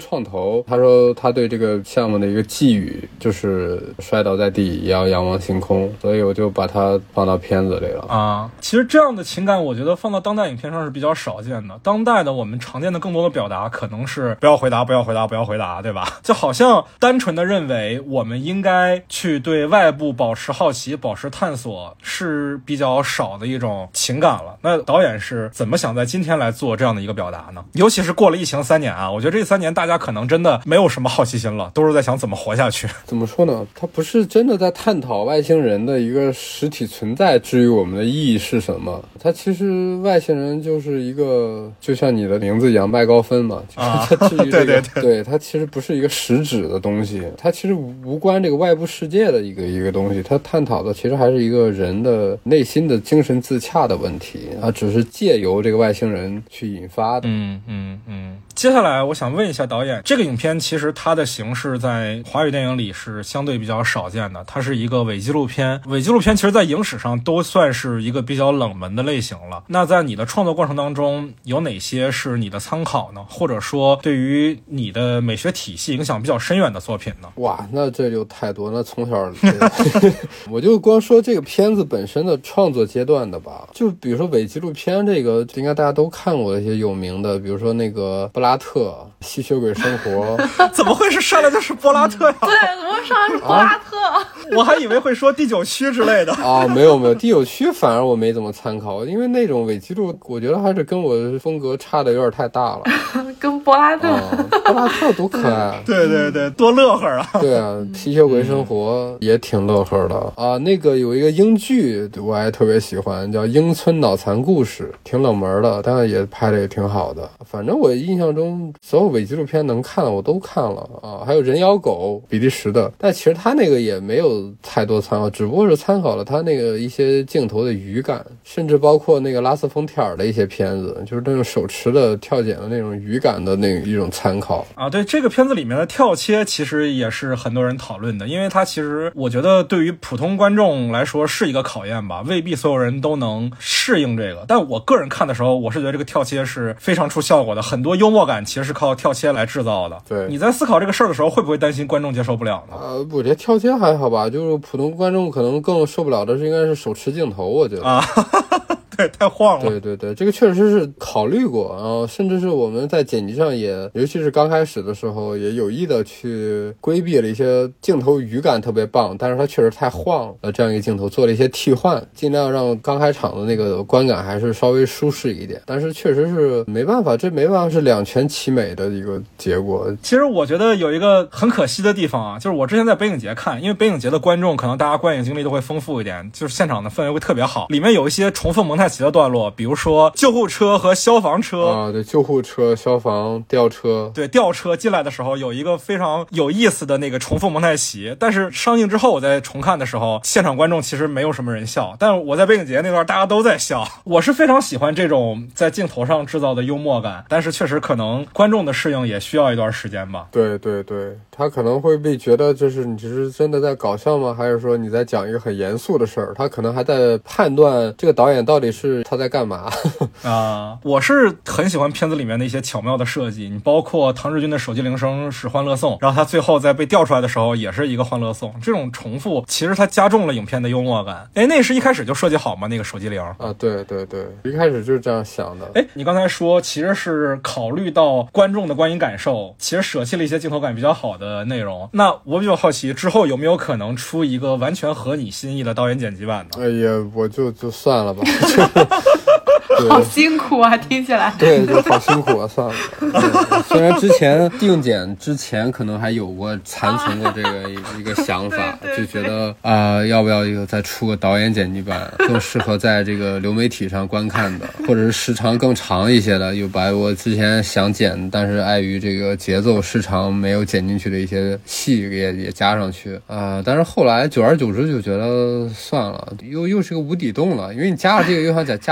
创投，他说他对这个项目的一个寄语就是摔倒在地也要仰望星空，所以我就把它放到片子里了啊。其实这样的情感我觉得放到当代影片上是比较少见的，当代的我们常见的更多的表达可能是不要回答不要回答不要回答，对吧？就好像单纯的认为我们应该去对外部保持好奇保持探索是比较少的一种情感了。那导演是怎么想在今天来做这样的一个表达呢？尤其是过了疫情3年啊，我觉得这3年大家可能真的没有什么好奇心了，都是在想怎么活下去。 怎么说呢，他不是真的在探讨外星人的一个实体存在至于我们的意义是什么，他其实外星人就是一个就像你的名字一样麦高芬嘛，他至于这个对，他其实不是一个实质的东西，他其实无关这个外部世界的一个东西，他探讨的其实还是一个人的内心的精神自洽的问题，他只是借由这个外星人去引发的。 接下来我想问一下导演，这个影片其实它的形式在华语电影里是相对比较少见的，它是一个伪纪录片，伪纪录片其实在影史上都算是一个比较冷门的类型了。那在你的创作过程当中有哪些是你的参考呢？或者说对于你的美学体系影响比较深远的作品呢？ 哇，那这就太多，那从小我就光说这个片子本身的创作阶段的吧，就比如说伪纪录片这个应该大家都看过一些有名的，比如说那个布拉特吸血鬼生活怎么会是上来就是柏拉特呀？ 对，怎么会上来是柏拉特？ 我还以为会说第9区之类的啊，没有第9区反而我没怎么参考，因为那种伪纪录我觉得还是跟我风格差的有点太大了跟柏拉特柏拉特多可爱对对对，多乐呵啊。 对啊，吸血鬼生活也挺乐呵的啊。那个有一个英剧我还特别喜欢，叫英村脑残故事，挺冷门的，但是也拍的也挺好的。反正我印象中所有伪纪录片能看的我都看了啊，还有人咬狗比利时的，但其实他那个也没有太多参考，只不过是参考了他那个一些镜头的语感，甚至包括那个拉斯冯提尔的一些片子，就是那种手持的跳剪的那种语感的那一种参考啊。对，这个片子里面的跳切其实也是很多人讨论的，因为它其实我觉得对于普通观众来说是一个考验吧，未必所有人都能适应这个。但我个人看的时候，我是觉得这个跳切是非常出效果的，很多幽默感其实是靠跳切来制造的。 对， 你在思考这个事儿的时候，会不会担心观众接受不了呢？ 我觉得跳切还好吧，就是普通观众可能更受不了的是应该是手持镜头，我觉得啊。对，太晃了。 对对对，这个确实是考虑过，然后甚至是我们在剪辑上也，尤其是刚开始的时候，也有意的去规避了一些镜头语感特别棒，但是它确实太晃了，这样一个镜头做了一些替换，尽量让刚开场的那个观感还是稍微舒适一点。但是确实是没办法，这没办法是两全其美的一个结果。 其实我觉得有一个很可惜的地方啊，就是我之前在北影节看，因为北影节的观众可能大家观影经历都会丰富一点，就是现场的氛围会特别好，里面有一些重复蒙太奇的段落，比如说救护车和消防车啊，对，救护车、消防、吊车， 对，吊车进来的时候有一个非常有意思的那个重复蒙太奇，但是上映之后我在重看的时候，现场观众其实没有什么人笑，但我在北影节那段大家都在笑。我是非常喜欢这种在镜头上制造的幽默感，但是确实可能观众的适应也需要一段时间吧。 对对对，他可能会被觉得就是你只是真的在搞笑吗？还是说你在讲一个很严肃的事儿？他可能还在判断这个导演到底是他在干嘛我是很喜欢片子里面的一些巧妙的设计，你包括唐日军的手机铃声是欢乐颂，然后他最后在被调出来的时候也是一个欢乐颂，这种重复其实它加重了影片的幽默感。那是一开始就设计好吗？那个手机铃啊，对对对，一开始就是这样想的。 你刚才说其实是考虑到观众的观影感受，其实舍弃了一些镜头感比较好的内容。那我比较好奇之后有没有可能出一个完全合你心意的导演剪辑版呢？ 哎呀，我就算了吧好辛苦啊，听起来。 对，就好辛苦啊，算了。虽然之前定剪之前可能还有过残存的这个一个想法，就觉得要不要再出个导演剪辑版，更适合在这个流媒体上观看的，或者是时长更长一些的，又把我之前想剪但是碍于这个节奏时长没有剪进去的一些戏也加上去但是后来久而久之就觉得算了，又是个无底洞了，因为你加了这个又想加那个，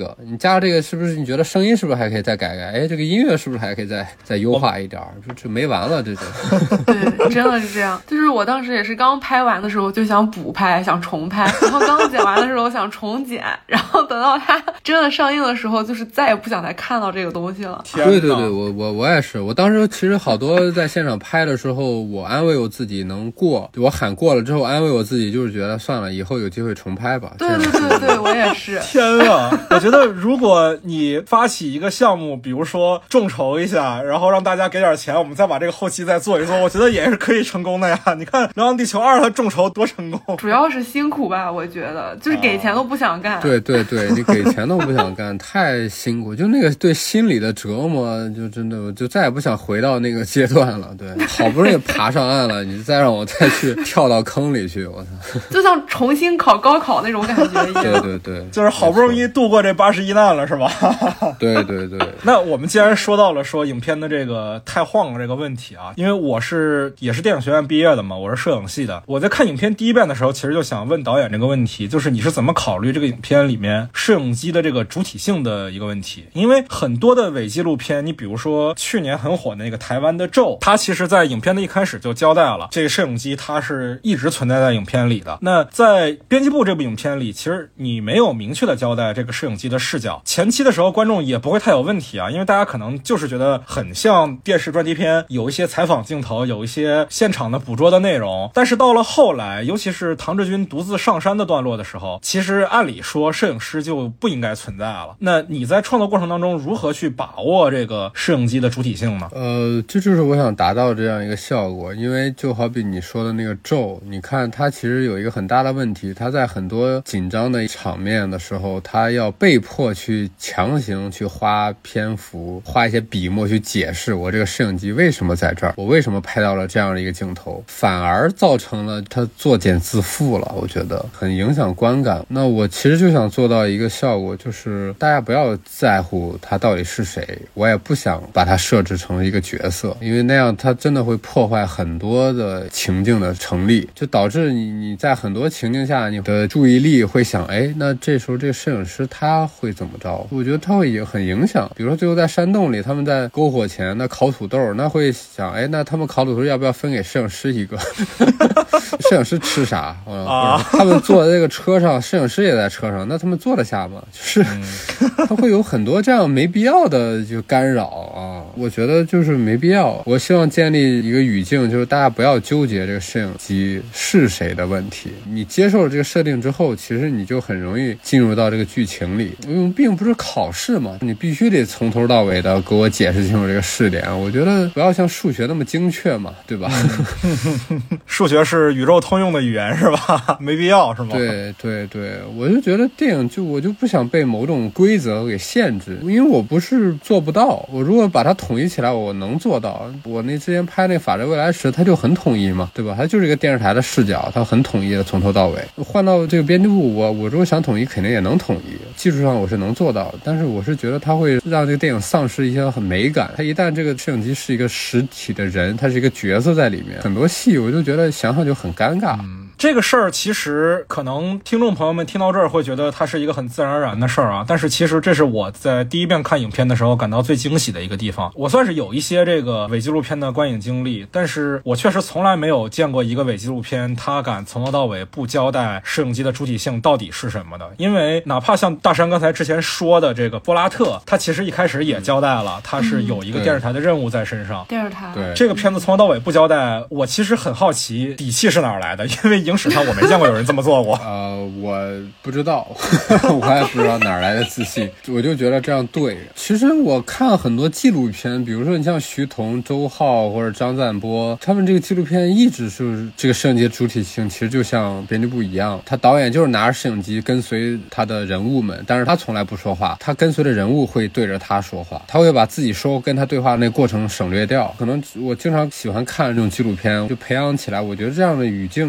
个，你加了这个是不是你觉得声音是不是还可以再改改？哎，这个音乐是不是还可以再优化一点？就没完了，这就对，真的是这样。就是我当时也是刚拍完的时候就想补拍，想重拍，然后刚剪完的时候想重剪，然后等到它真的上映的时候，就是再也不想再看到这个东西了。 对对对，我也是。我当时其实好多在现场拍的时候，我安慰我自己能过，我喊过了之后安慰我自己，就是觉得算了，以后有机会重拍吧。 对对对对，我也是。 天啊！我觉得如果你发起一个项目，比如说众筹一下，然后让大家给点钱，我们再把这个后期再做一做，我觉得也是可以成功的呀。你看《流浪地球2》它众筹多成功， 主要是辛苦吧，我觉得就是给钱都不想干。 对对对，你给钱都不想干，太辛苦，就那个对心理的折磨，就真的我就再也不想回到那个阶段了。对，好不容易爬上岸了，你再让我再去跳到坑里去，我操， 就像重新考高考那种感觉一样。 对对对， 就是好不容易度过这81难了，是吧？ 对对对。 那我们既然说到了说影片的这个太晃了这个问题啊，因为我也是电影学院毕业的嘛，我是摄影系的。我在看影片第一遍的时候，其实就想问导演这个问题，就是你是怎么考虑这个影片里面摄影机的这个主体性的一个问题？因为很多的伪纪录片，你比如说去年很火的那个台湾的咒，它其实在影片的一开始就交代了这个摄影机它是一直存在在影片里的。那在编辑部这部影片里，其实你没有明确的交代这个摄影机的视角，前期的时候观众也不会太有问题啊，因为大家可能就是觉得很像电视专题片，有一些采访镜头，有一些现场的捕捉的内容。但是到了后来，尤其是唐志军独自上山的段落的时候，其实按理说摄影师就不应该存在了。那你在创作过程当中如何去把握这个摄影机的主体性呢？ 这就是我想达到这样一个效果。因为就好比你说的那个咒，你看它其实有一个很大的问题，它在很多紧张的场面的时候，它要被迫去强行去花篇幅，花一些笔墨去解释我这个摄影机为什么在这儿，我为什么拍到了这样的一个镜头，反而造成了它作茧自缚了，我觉得很影响观感。那我其实就想做到一个效果，就是大家不要在乎他到底是谁，我也不想把它设置成一个角色，因为那样它真的会破坏很多的情境的成立，就导致你在很多情境下你的注意力会想，哎，那这时候这个摄影师他会怎么着？我觉得他会也很影响。比如说最后在山洞里，他们在篝火前那烤土豆，那会想，哎，那他们烤土豆要不要分给摄影师一个？摄影师吃啥啊？他们坐在这个车上，摄影师也在车上，那他们坐得下吗？就是他会有很多这样没必要的就干扰啊，我觉得就是没必要。我希望建立一个语境，就是大家不要纠结这个摄影机是谁的问题。你接受了这个设定之后，其实你就很容易进入到这个剧情里。因为并不是考试嘛，你必须得从头到尾的给我解释清楚这个试点。我觉得不要像数学那么精确嘛，对吧？ 数学是宇宙通用的语言是吧？没必要是吗？ 对对对，我就觉得电影我就不想被某种规则给限制，因为我不是做不到，我如果把它统一起来，我能做到。我那之前拍那《法治未来时》，它就很统一嘛，对吧？它就是一个电视台的视角，它很统一的从头到尾。换到这个编辑部，我如果想统一，肯定也能统一，技术上我是能做到的。但是我是觉得它会让这个电影丧失一些很美感。它一旦这个摄影机是一个实体的人，它是一个角色在里面，很多戏我就觉得想想就很尴尬。 这个事儿其实可能听众朋友们听到这儿会觉得它是一个很自然而然的事儿啊，但是其实这是我在第一遍看影片的时候感到最惊喜的一个地方。我算是有一些这个伪纪录片的观影经历，但是我确实从来没有见过一个伪纪录片它敢从头到尾不交代摄影机的主体性到底是什么的。因为哪怕像大山刚才之前说的这个波拉特，他其实一开始也交代了他是有一个电视台的任务在身上。 电视台对这个片子从头到尾不交代，我其实很好奇底气是哪儿来的，因为影史上我没见过有人这么做过。 我不知道，我也不知道哪儿来的自信，我就觉得这样对。其实我看很多纪录片，比如说你像徐桐、周浩或者张赞波，他们这个纪录片一直是这个摄影机主体性，其实就像编辑部一样，他导演就是拿着摄影机跟随他的人物们，但是他从来不说话，他跟随的人物会对着他说话，他会把自己跟他对话那过程省略掉。可能我经常喜欢看这种纪录片，就培养起来，我觉得这样的语境是成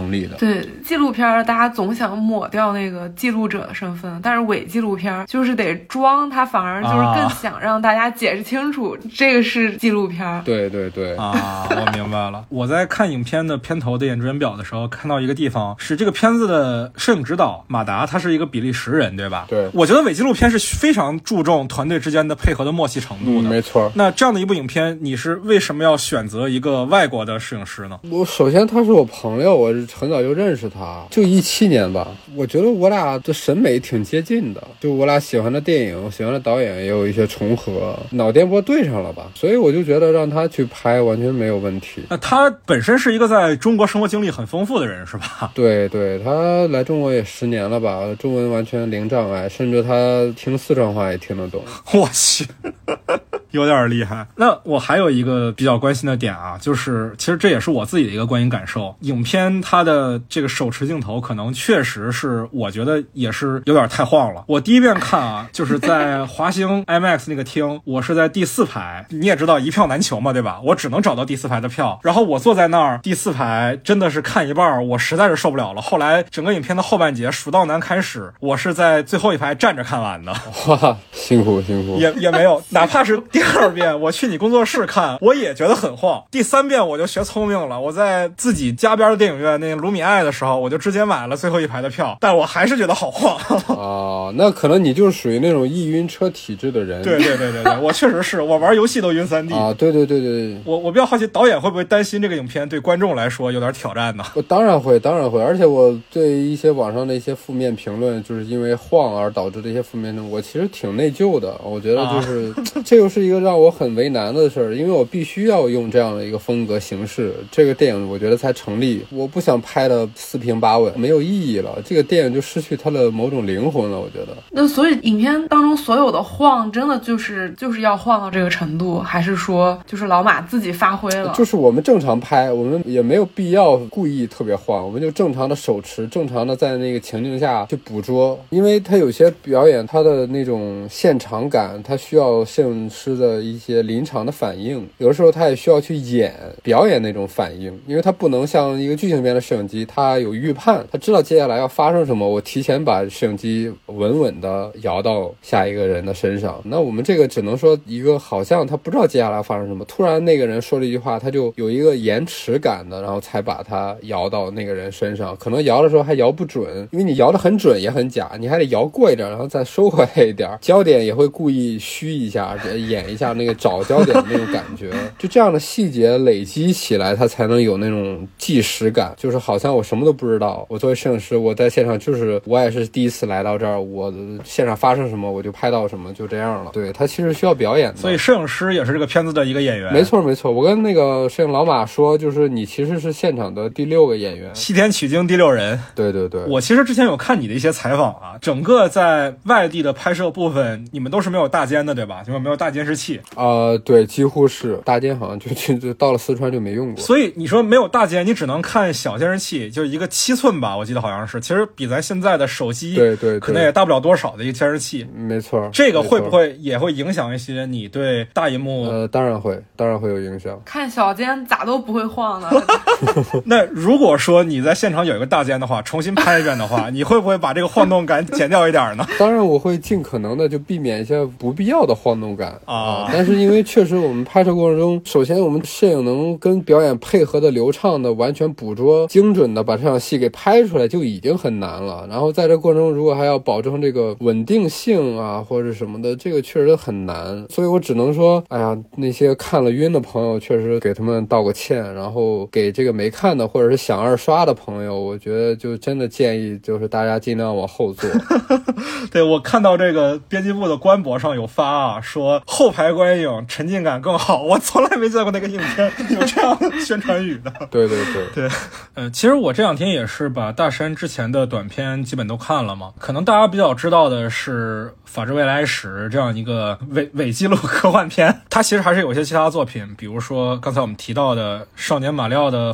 成立的。 对，纪录片大家总想抹掉那个记录者的身份，但是伪纪录片就是得装，它反而就是更想让大家解释清楚，这个是纪录片。 对对对啊，我明白了。我在看影片的片头的演职员表的时候，看到一个地方是这个片子的摄影指导马达，他是一个比利时人，对吧？ 对， 我觉得伪纪录片是非常注重团队之间的配合的默契程度的。 没错。 那这样的一部影片，你是为什么要选择一个外国的摄影师呢？ 我首先他是我朋友，我很早就认识他，就17年吧。我觉得我俩的审美挺接近的，就我俩喜欢的电影、喜欢的导演也有一些重合，脑电波对上了吧，所以我就觉得让他去拍完全没有问题。 那他本身是一个在中国生活经历很丰富的人，是吧？ 对对，他来中国也10年了吧，中文完全零障碍，甚至他听四川话也听得懂。 我去。有点厉害。那我还有一个比较关心的点啊，就是其实这也是我自己的一个观影感受，影片它的这个手持镜头可能确实是我觉得也是有点太晃了。我第一遍看啊，就是在华星 IMAX 那个厅，我是在第4排，你也知道一票难求嘛，对吧？我只能找到第4排的票，然后我坐在那儿，第4排真的是看一半，我实在是受不了了。后来整个影片的后半截蜀道难开始，我是在最后一排站着看完的。 哇，辛苦辛苦。 也没有，哪怕是第2遍我去你工作室看，我也觉得很晃。第3遍我就学聪明了，我在自己家边的电影院那个卢米埃的时候，我就直接买了最后一排的票，但我还是觉得好晃。 哦，那可能你就是属于那种易晕车体质的人。 对对对对对，我确实是，我玩游戏都晕3D 啊。对对对对， 我比较好奇导演会不会担心这个影片对观众来说有点挑战呢？ 我当然会，而且我对一些网上的一些负面评论，就是因为晃而导致的一些负面评论，我其实挺内疚的。我觉得就是这又是一个让我很为难的事儿，因为我必须要用这样的一个风格形式，这个电影我觉得才成立。我不想拍的四平八稳，没有意义了，这个电影就失去它的某种灵魂了。我觉得。 那所以影片当中所有的晃，真的就是要晃到这个程度，还是说就是老马自己发挥了？ 就是我们正常拍，我们也没有必要故意特别晃，我们就正常的手持，正常的在那个情境下去捕捉。因为它有些表演，它的那种现场感，它需要摄影师的一些临场的反应，有的时候他也需要去表演那种反应，因为他不能像一个剧情片的摄影机，他有预判，他知道接下来要发生什么，我提前把摄影机稳稳的摇到下一个人的身上。那我们这个只能说一个好像他不知道接下来要发生什么，突然那个人说了一句话，他就有一个延迟感的，然后才把它摇到那个人身上，可能摇的时候还摇不准，因为你摇的很准也很假，你还得摇过一点，然后再收回来一点，焦点也会故意虚一下，演一下那个找焦点的那种感觉，就这样的细节累积起来，它才能有那种即时感，就是好像我什么都不知道，我作为摄影师，我在现场就是我也是第一次来到这儿，我现场发生什么我就拍到什么，就这样了。对，它其实需要表演的， 所以摄影师也是这个片子的一个演员。 没错没错，我跟那个摄影老马说，就是你其实是现场的第6个演员， 西天取经第6人。 对对对， 我其实之前有看你的一些采访啊，整个在外地的拍摄部分，你们都是没有大监的，对吧？就是没有大监视器。 对，几乎是大监好像就到了四川就没用过。 所以你说没有大监，你只能看小监视器，就是一个7寸吧，我记得好像是，其实比咱现在的手机对可能也大不了多少的一个监视器。 没错， 这个会不会也会影响一些你对大荧幕？ 当然会有影响。 看小监咋都不会晃呢？ 那如果说你在现场有一个大监的话，重新拍一遍的话，你会不会把这个晃动感减掉一点呢？ 当然我会尽可能的就避免一些不必要的晃动感啊。但是因为确实我们拍摄过程中，首先我们摄影能跟表演配合的流畅的完全捕捉精准的把这场戏给拍出来就已经很难了，然后在这过程中如果还要保证这个稳定性啊或者什么的，这个确实很难。所以我只能说，哎呀，那些看了晕的朋友确实给他们道个歉，然后给这个没看的或者是想二刷的朋友，我觉得就真的建议就是大家尽量往后坐。 对，我看到这个编辑部的官博上有发啊，说后排观影沉浸感更好，我从来没见过那个影片有这样的宣传语的。 对对对对，其实我这2天也是把大山之前的短片基本都看了嘛，可能大家比较知道的是《法治未来史》这样一个伪纪录科幻片，它其实还是有一些其他作品，比如说刚才我们提到的少年马料的《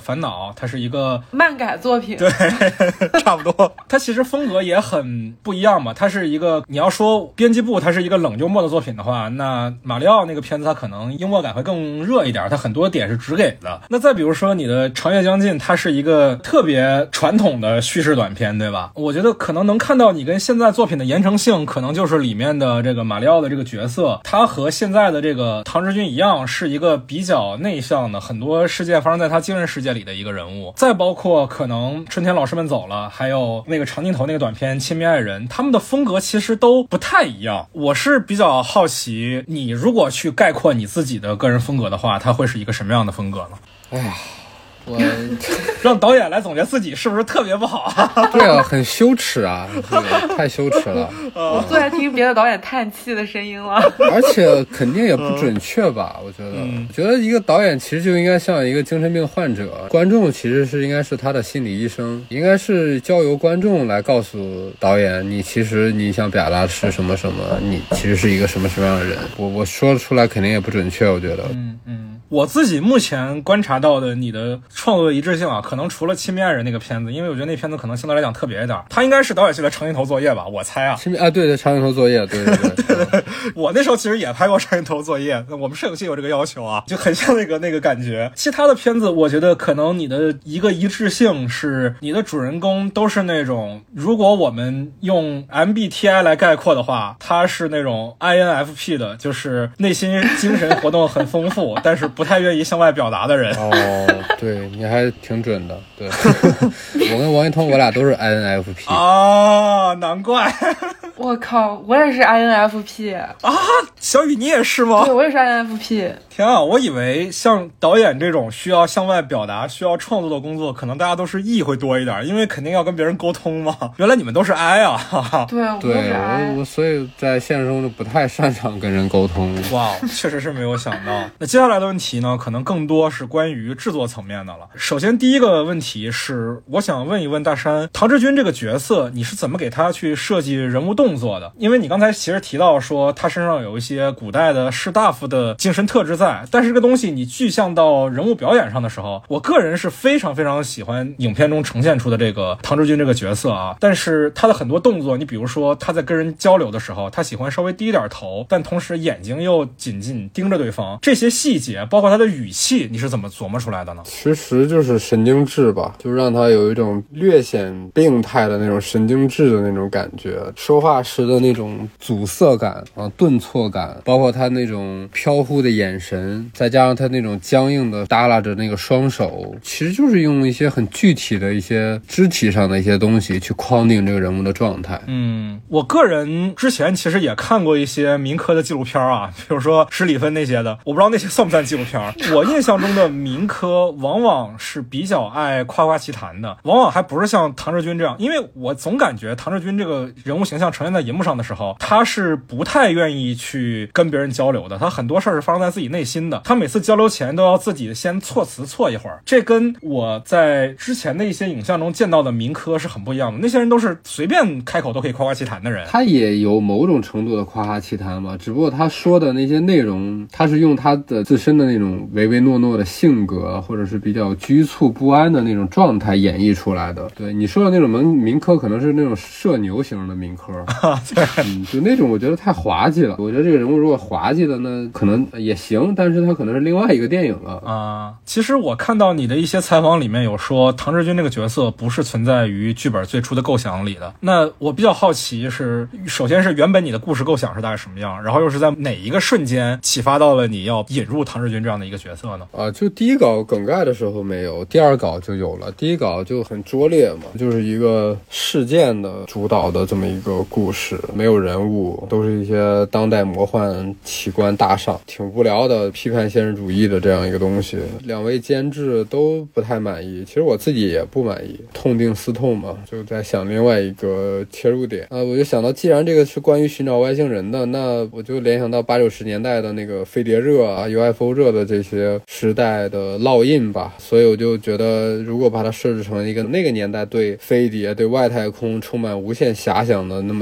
烦恼》，它是一个漫改作品， 对，差不多。它其实风格也很不一样嘛。它是一个，你要说编辑部它是一个冷幽默的作品的话，那马里奥那个片子它可能幽默感会更热一点，它很多点是直给的。那再比如说你的《长夜将近》，它是一个特别传统的叙事短片，对吧？我觉得可能能看到你跟现在作品的严承性，可能就是里面的这个马里奥的这个角色，他和现在的这个唐志军一样，是一个比较内向的，很多事件发生在他精神世界里的一个人物。再包括可能春天老师们走了，还有那个长镜头那个短片《亲密爱人》，他们的风格其实都不太一样。我是比较好奇，你如果去概括你自己的个人风格的话，它会是一个什么样的风格呢？ 哎呀，我让导演来总结自己是不是特别不好啊？ 对啊，很羞耻啊，这个太羞耻了。 我最爱听别的导演叹气的声音了。 而且肯定也不准确吧，我觉得。我觉得一个导演其实就应该像一个精神病患者，观众其实应该是他的心理医生，应该是交由观众来告诉导演，你其实你想表达的是什么什么，你其实是一个什么什么样的人。我说出来肯定也不准确，我觉得。 我自己目前观察到的你的创作的一致性啊，可能除了《亲密爱人》那个片子，因为我觉得那片子可能相对来讲特别一点，它应该是导演系的长镜头作业吧，我猜啊。 对，长镜头作业，对。 我那时候其实也拍过长镜头作业，我们摄影系有这个要求啊，就很像那个感觉。其他的片子，我觉得可能你的一个一致性是你的主人公都是那种，如果我们用 MBTI 来概括的话，他是那种 INFP 的，就是内心精神活动很丰富，但是不太愿意向外表达的人。 哦，对，你还挺准的。对，我跟王一通我俩都是 INFP 啊，难怪。 我靠，我也是 INFP 啊！小雨你也是吗？ 对，我也是 INFP。 天啊，我以为像导演这种需要向外表达、需要创作的工作，可能大家都是 E 会多一点，因为肯定要跟别人沟通嘛。原来你们都是 I 啊！ 对， 我所以在现实中就不太擅长跟人沟通。 哇，确实是没有想到。那接下来的问题呢，可能更多是关于制作层面的了。首先第一个问题是，我想问一问大山，唐志军这个角色，你是怎么给他去设计人物动作的？因为你刚才其实提到说他身上有一些古代的士大夫的精神特质在，但是这个东西你具象到人物表演上的时候，我个人是非常非常喜欢影片中呈现出的这个唐志军这个角色啊。但是他的很多动作，你比如说他在跟人交流的时候，他喜欢稍微低一点头，但同时眼睛又紧紧盯着对方，这些细节包括他的语气，你是怎么琢磨出来的呢？ 其实就是神经质吧，就让他有一种略显病态的那种神经质的那种感觉，说话时的那种阻塞感啊、顿挫感，包括他那种飘忽的眼神，再加上他那种僵硬的耷拉着那个双手，其实就是用一些很具体的一些肢体上的一些东西去框定这个人物的状态。 我个人之前其实也看过一些民科的纪录片啊，比如说史里芬那些的，我不知道那些算不算纪录片。我印象中的民科往往是比较爱夸夸其谈的，往往还不是像唐志军这样，因为我总感觉唐志军这个人物形象呈现在银幕上的时候，他是不太愿意去跟别人交流的，他很多事儿是发生在自己内心的，他每次交流前都要自己先措辞措一会儿，这跟我在之前的一些影像中见到的民科是很不一样的。那些人都是随便开口都可以夸夸其谈的人， 他也有某种程度的夸夸其谈嘛，只不过他说的那些内容，他是用他的自身的那种唯唯诺诺的性格，或者是比较局促不安的那种状态演绎出来的。对，你说的那种民科可能是那种社牛型的民科就那种我觉得太滑稽了。我觉得这个人物如果滑稽的那可能也行，但是他可能是另外一个电影了啊。其实我看到你的一些采访里面有说唐志军这个角色不是存在于剧本最初的构想里的，那我比较好奇是，首先是原本你的故事构想是大概什么样，然后又是在哪一个瞬间启发到了你要引入唐志军这样的一个角色呢？ 就第一稿梗概的时候没有，第二稿就有了。第一稿就很拙劣嘛，就是一个事件的主导的这么一个故事，没有人物，都是一些当代魔幻奇观大赏，挺无聊的批判现实主义的这样一个东西。两位监制都不太满意，其实我自己也不满意，痛定思痛嘛，就在想另外一个切入点我就想到既然这个是关于寻找外星人的，那我就联想到80、90年代的那个飞碟热啊 UFO 热的这些时代的烙印吧，所以我就觉得如果把它设置成一个那个年代对飞碟对外太空充满无限遐想的那么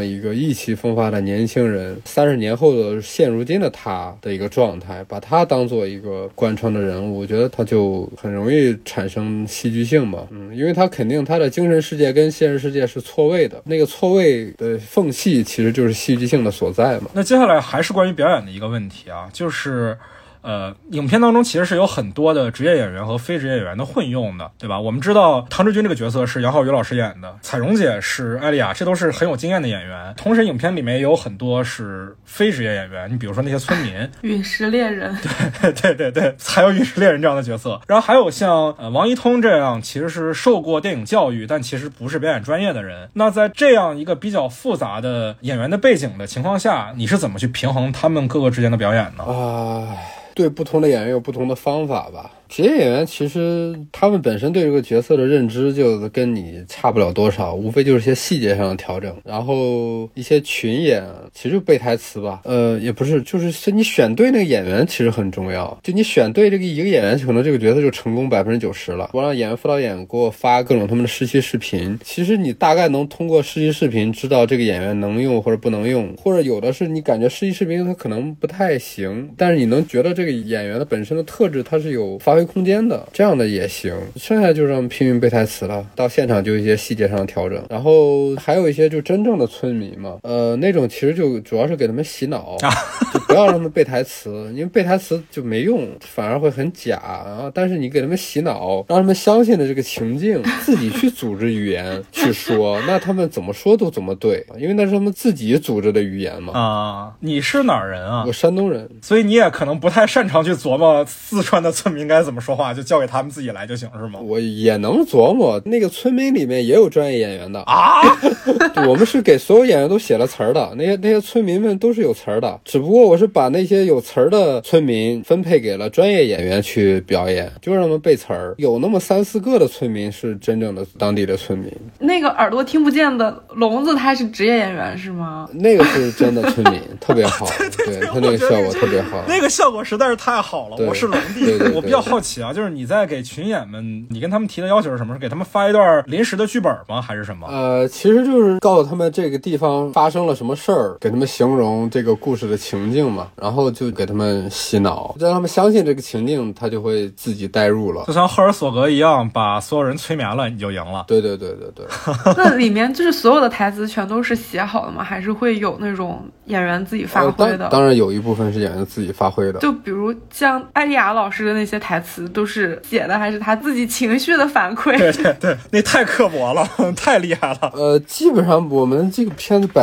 么一个意气风发的年轻人，30年后的现如今的他的一个状态，把他当做一个贯穿的人物，我觉得他就很容易产生戏剧性嘛。因为他肯定他的精神世界跟现实世界是错位的，那个错位的缝隙其实就是戏剧性的所在嘛。 那接下来还是关于表演的一个问题啊，就是影片当中其实是有很多的职业演员和非职业演员的混用的，对吧？我们知道唐志军这个角色是杨浩宇老师演的，彩荣姐是艾丽亚，这都是很有经验的演员。同时影片里面也有很多是非职业演员，你比如说那些村民陨石猎人， 对，还有陨石猎人这样的角色。然后还有像王一通这样其实是受过电影教育但其实不是表演专业的人。那在这样一个比较复杂的演员的背景的情况下，你是怎么去平衡他们各个之间的表演呢？ 对不同的演员有不同的方法吧。职业演员其实他们本身对这个角色的认知就跟你差不了多少，无非就是一些细节上的调整，然后一些群演其实背台词吧，也不是，就是你选对那个演员其实很重要，就你选对这个一个演员，可能这个角色就成功90%了。我让演员辅导演给我发各种他们的实习视频，其实你大概能通过实习视频知道这个演员能用或者不能用，或者有的是你感觉实习视频他可能不太行，但是你能觉得这个演员的本身的特质他是有发挥空间的，这样的也行。剩下就让拼命背台词了，到现场就一些细节上的调整。然后还有一些就真正的村民嘛，那种其实就主要是给他们洗脑，就不要让他们背台词，因为背台词就没用，反而会很假啊。但是你给他们洗脑，让他们相信的这个情境，自己去组织语言去说，那他们怎么说都怎么对，因为那是他们自己组织的语言嘛。 你是哪儿人啊？ 我山东人， 所以你也可能不太擅长去琢磨四川的村民该怎么说话，就交给他们自己来就行，是吗？ 我也能琢磨，那个村民里面也有专业演员的啊。 对，我们是给所有演员都写了词儿的，那些村民们都是有词儿的，只不过我是把那些有词儿的村民分配给了专业演员去表演，就让他们背词儿。有那么3-4个的村民是真正的当地的村民。 那个耳朵听不见的聋子他是职业演员是吗？ 那个是真的村民，特别好。对，他那个效果特别好， 那个效果实在是太好了。我是聋弟，我比较好奇啊，就是你在给群演们，你跟他们提的要求是什么？是给他们发一段临时的剧本吗？还是什么？ 其实就是告诉他们这个地方发生了什么事儿，给他们形容这个故事的情境嘛，然后就给他们洗脑，让他们相信这个情境，他就会自己代入了， 就像赫尔索格一样，把所有人催眠了，你就赢了。 对。 那里面就是所有的台词全都是写好的吗？还是会有那种演员自己发挥的？ 当然有一部分是演员自己发挥的， 就比如像艾丽亚老师的那些台词都是写的，还是他自己情绪的反馈？ 对，那太刻薄了，太厉害了。 基本上我们这个片子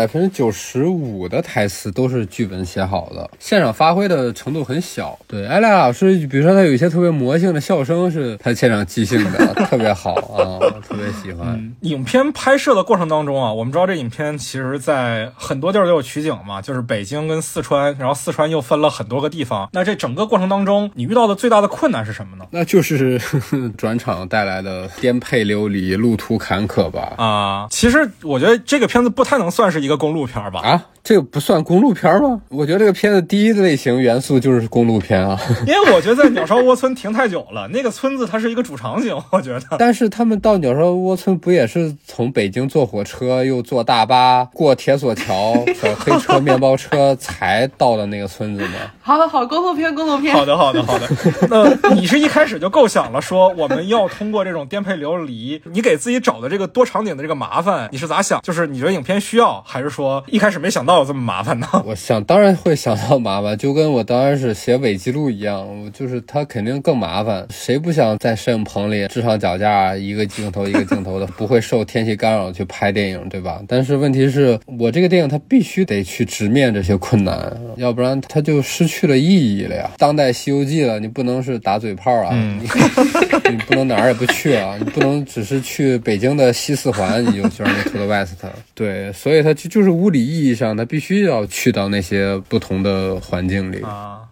95%的台词都是剧本写好的，现场发挥的程度很小。对，艾丽亚老师，比如说他有一些特别魔性的笑声是他现场即兴的，特别好啊，特别喜欢。 影片拍摄的过程当中啊，我们知道这影片其实在很多地儿都有取景嘛，就是北京跟四川，然后四川又分了很多个地方。那这整个过程当中，你遇到的最大的困难是什么呢？ 那就是转场带来的颠沛流离、路途坎坷吧。 其实我觉得这个片子不太能算是一个公路片吧。 这个不算公路片吗？我觉得这个片子第一类型元素就是公路片啊。 因为我觉得在鸟巢窝村停太久了，那个村子它是一个主场景，我觉得。 但是他们到鸟巢窝村不也是从北京坐火车又坐大巴过铁索桥和黑车面包车才到的那个村子吗？ 好，公路片。 好的。那你是一开始就构想了说我们要通过这种颠沛流离，你给自己找的这个多场景的这个麻烦，你是咋想？就是你觉得影片需要，还是说一开始没想到有这么麻烦呢？ 我想当然会想到麻烦，就跟我当然是写伪记录一样，就是它肯定更麻烦。谁不想在摄影棚里支上脚架，一个镜头一个镜头的，不会受天气干扰去拍电影，对吧？但是问题是我这个电影它必须得去直面这些困难，要不然它就失去了意义了呀。当代西游记了，你不能是打嘴炮啊，你不能哪儿也不去啊，你不能只是去北京的西四环你就让你 to the west。 对，所以它就是物理意义上它必须要去到那些不同的环境里。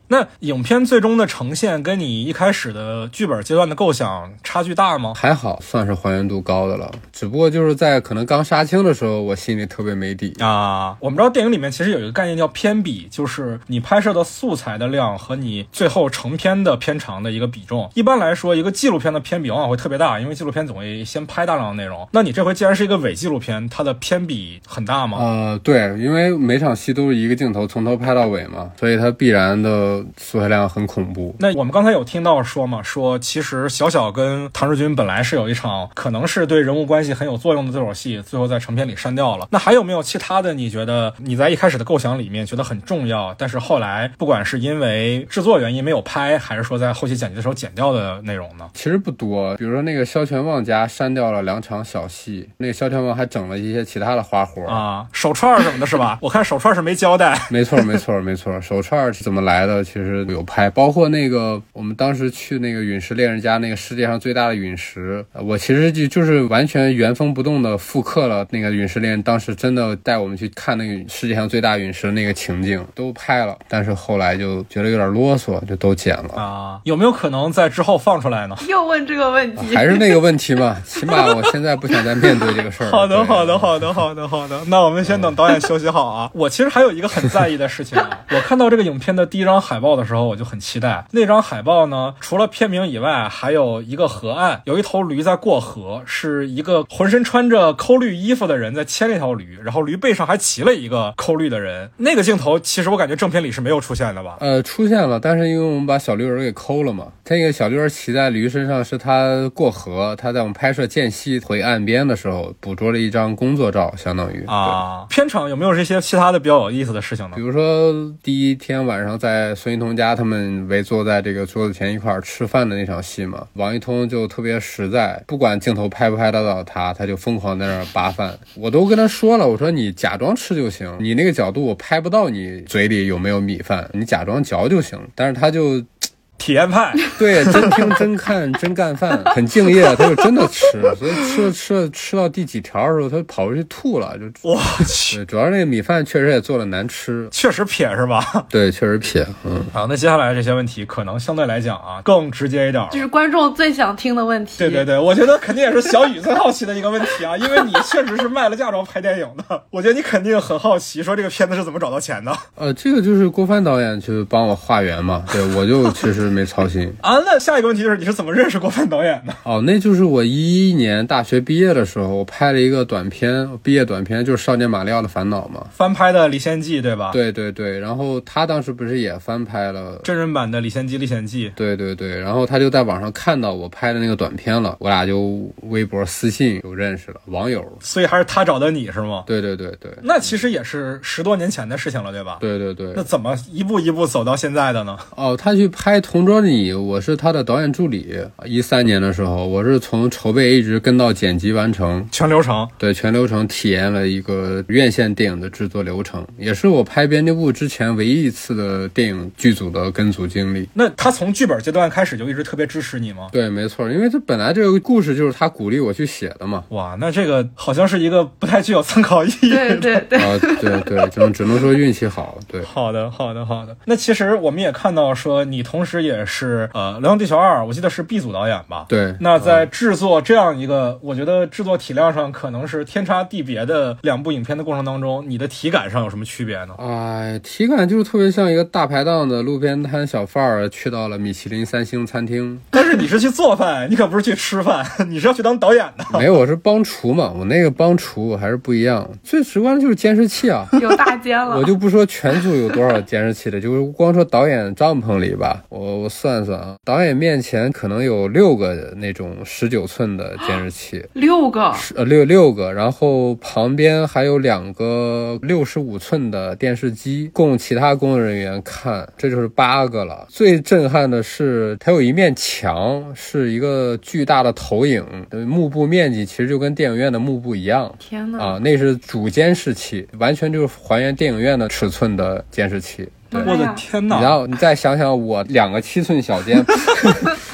那影片最终的呈现跟你一开始的剧本阶段的构想差距大吗？ 还好，算是还原度高的了。只不过就是在可能刚杀青的时候，我心里特别没底啊。我们知道电影里面其实有一个概念叫偏比，就是你拍摄的素材的量和你最后成片的片长的一个比重。一般来说，一个纪录片的偏比往往会特别大，因为纪录片总会先拍大量的内容。那你这回既然是一个伪纪录片，它的偏比很大吗？ 对，因为每场戏都是一个镜头从头拍到尾嘛，所以它必然的素材量很恐怖。 那我们刚才有听到说嘛，说其实小小跟唐志军本来是有一场可能是对人物关系很有作用的对手戏，最后在成片里删掉了。那还有没有其他的你觉得你在一开始的构想里面觉得很重要，但是后来不管是因为制作原因没有拍，还是说在后期剪辑的时候剪掉的内容呢？ 其实不多，比如说那个萧全旺家删掉了2场小戏，那个萧全旺还整了一些其他的花活啊，手串什么的是吧？我看手串是没交代。 没错，手串是怎么来的？其实有拍，包括那个我们当时去那个陨石猎人家那个世界上最大的陨石，我其实就是完全原封不动的复刻了那个陨石猎人当时真的带我们去看那个世界上最大陨石的那个情景，都拍了，但是后来就觉得有点啰嗦，就都剪了啊。有没有可能在之后放出来呢？ 又问这个问题， 还是那个问题嘛，起码我现在不想再面对这个事儿。 好的，那我们先等导演休息好啊。我其实还有一个很在意的事情啊，我看到这个影片的第一张海报的时候，我就很期待。那张海报呢，除了片名以外，还有一个河岸，有一头驴在过河，是一个浑身穿着抠绿衣服的人在牵这条驴，然后驴背上还骑了一个抠绿的人。那个镜头其实我感觉正片里是没有出现的吧？ 出现了，但是因为我们把小绿人给抠了嘛，这个小绿人骑在驴身上是他过河，他在我们拍摄间隙回岸边的时候捕捉了一张工作照，相当于啊。片场有没有这些其他的比较有意思的事情呢？ 比如说第一天晚上在孙一通家，他们围坐在这个桌子前一块吃饭的那场戏嘛，王一通就特别实在，不管镜头拍不拍得到他就疯狂在那儿扒饭。我都跟他说了，我说你假装吃就行，你那个角度我拍不到你嘴里有没有米饭，你假装嚼就行。但是他就体验派， 对，真听真看真干饭，很敬业，他就真的吃，所以吃到第几条的时候，他跑出去吐了，就我去。 主要那个米饭确实也做的难吃， 确实撇是吧？ 对，确实撇。 好，那接下来这些问题可能相对来讲啊更直接一点， 就是观众最想听的问题。 对，我觉得肯定也是小雨最好奇的一个问题啊，因为你确实是卖了嫁妆拍电影的，我觉得你肯定很好奇，说这个片子是怎么找到钱的。 这个就是郭帆导演去帮我化缘嘛，对，我就其实没操心啊。那下一个问题就是你是怎么认识郭帆导演的？ 那就是我2011年大学毕业的时候，我拍了一个短片，毕业短片就是《少年马里奥的烦恼》嘛， 翻拍的《离仙记》对吧？ 对，然后他当时不是也翻拍了真人版的《李仙姬历险记》？ 对，然后他就在网上看到我拍的那个短片了，我俩就微博私信就认识了，网友。 所以还是他找的你是吗？ 对。 那其实也是10多年前的事情了，对吧？ 对。 那怎么一步一步走到现在的呢？ 他去拍《同桌的你》，我是他的导演助理。13年的时候，我是从筹备一直跟到剪辑完成， 全流程。 对，全流程体验了一个院线电影的制作流程，也是我拍编辑部之前唯一一次的电影剧组的跟组经历。 那他从剧本阶段开始就一直特别支持你吗？ 对，没错，因为这本来这个故事就是他鼓励我去写的嘛。 哇，那这个好像是一个不太具有参考意义的。 对。 对，只能说运气好。对， 好的。那其实我们也看到说，你同时也是流浪地球2，我记得是 B 组导演吧？ 对。 那在制作这样一个，我觉得制作体量上可能是天差地别的2部影片的过程当中，你的体感上有什么区别呢？ 体感就是特别像一个大排档的路边摊小贩儿去到了米其林3星餐厅。 但是你是去做饭，你可不是去吃饭，你是要去当导演的。 没有，我是帮厨嘛，我那个帮厨还是不一样。最直观的就是监视器啊， 有大间了。 我就不说全组有多少监视器的，就是光说导演帐篷里吧，我算算啊，导演面前可能有6个那种19寸的监视器 ，6个 ，6个，然后旁边还有2个65寸的电视机，供其他工作人员看，这就是8个了。最震撼的是，它有一面墙是一个巨大的投影，幕布面积其实就跟电影院的幕布一样。 天哪！ 那是主监视器，完全就是还原电影院的尺寸的监视器。对， 我的天哪！ 然后你再想想我2个7寸小间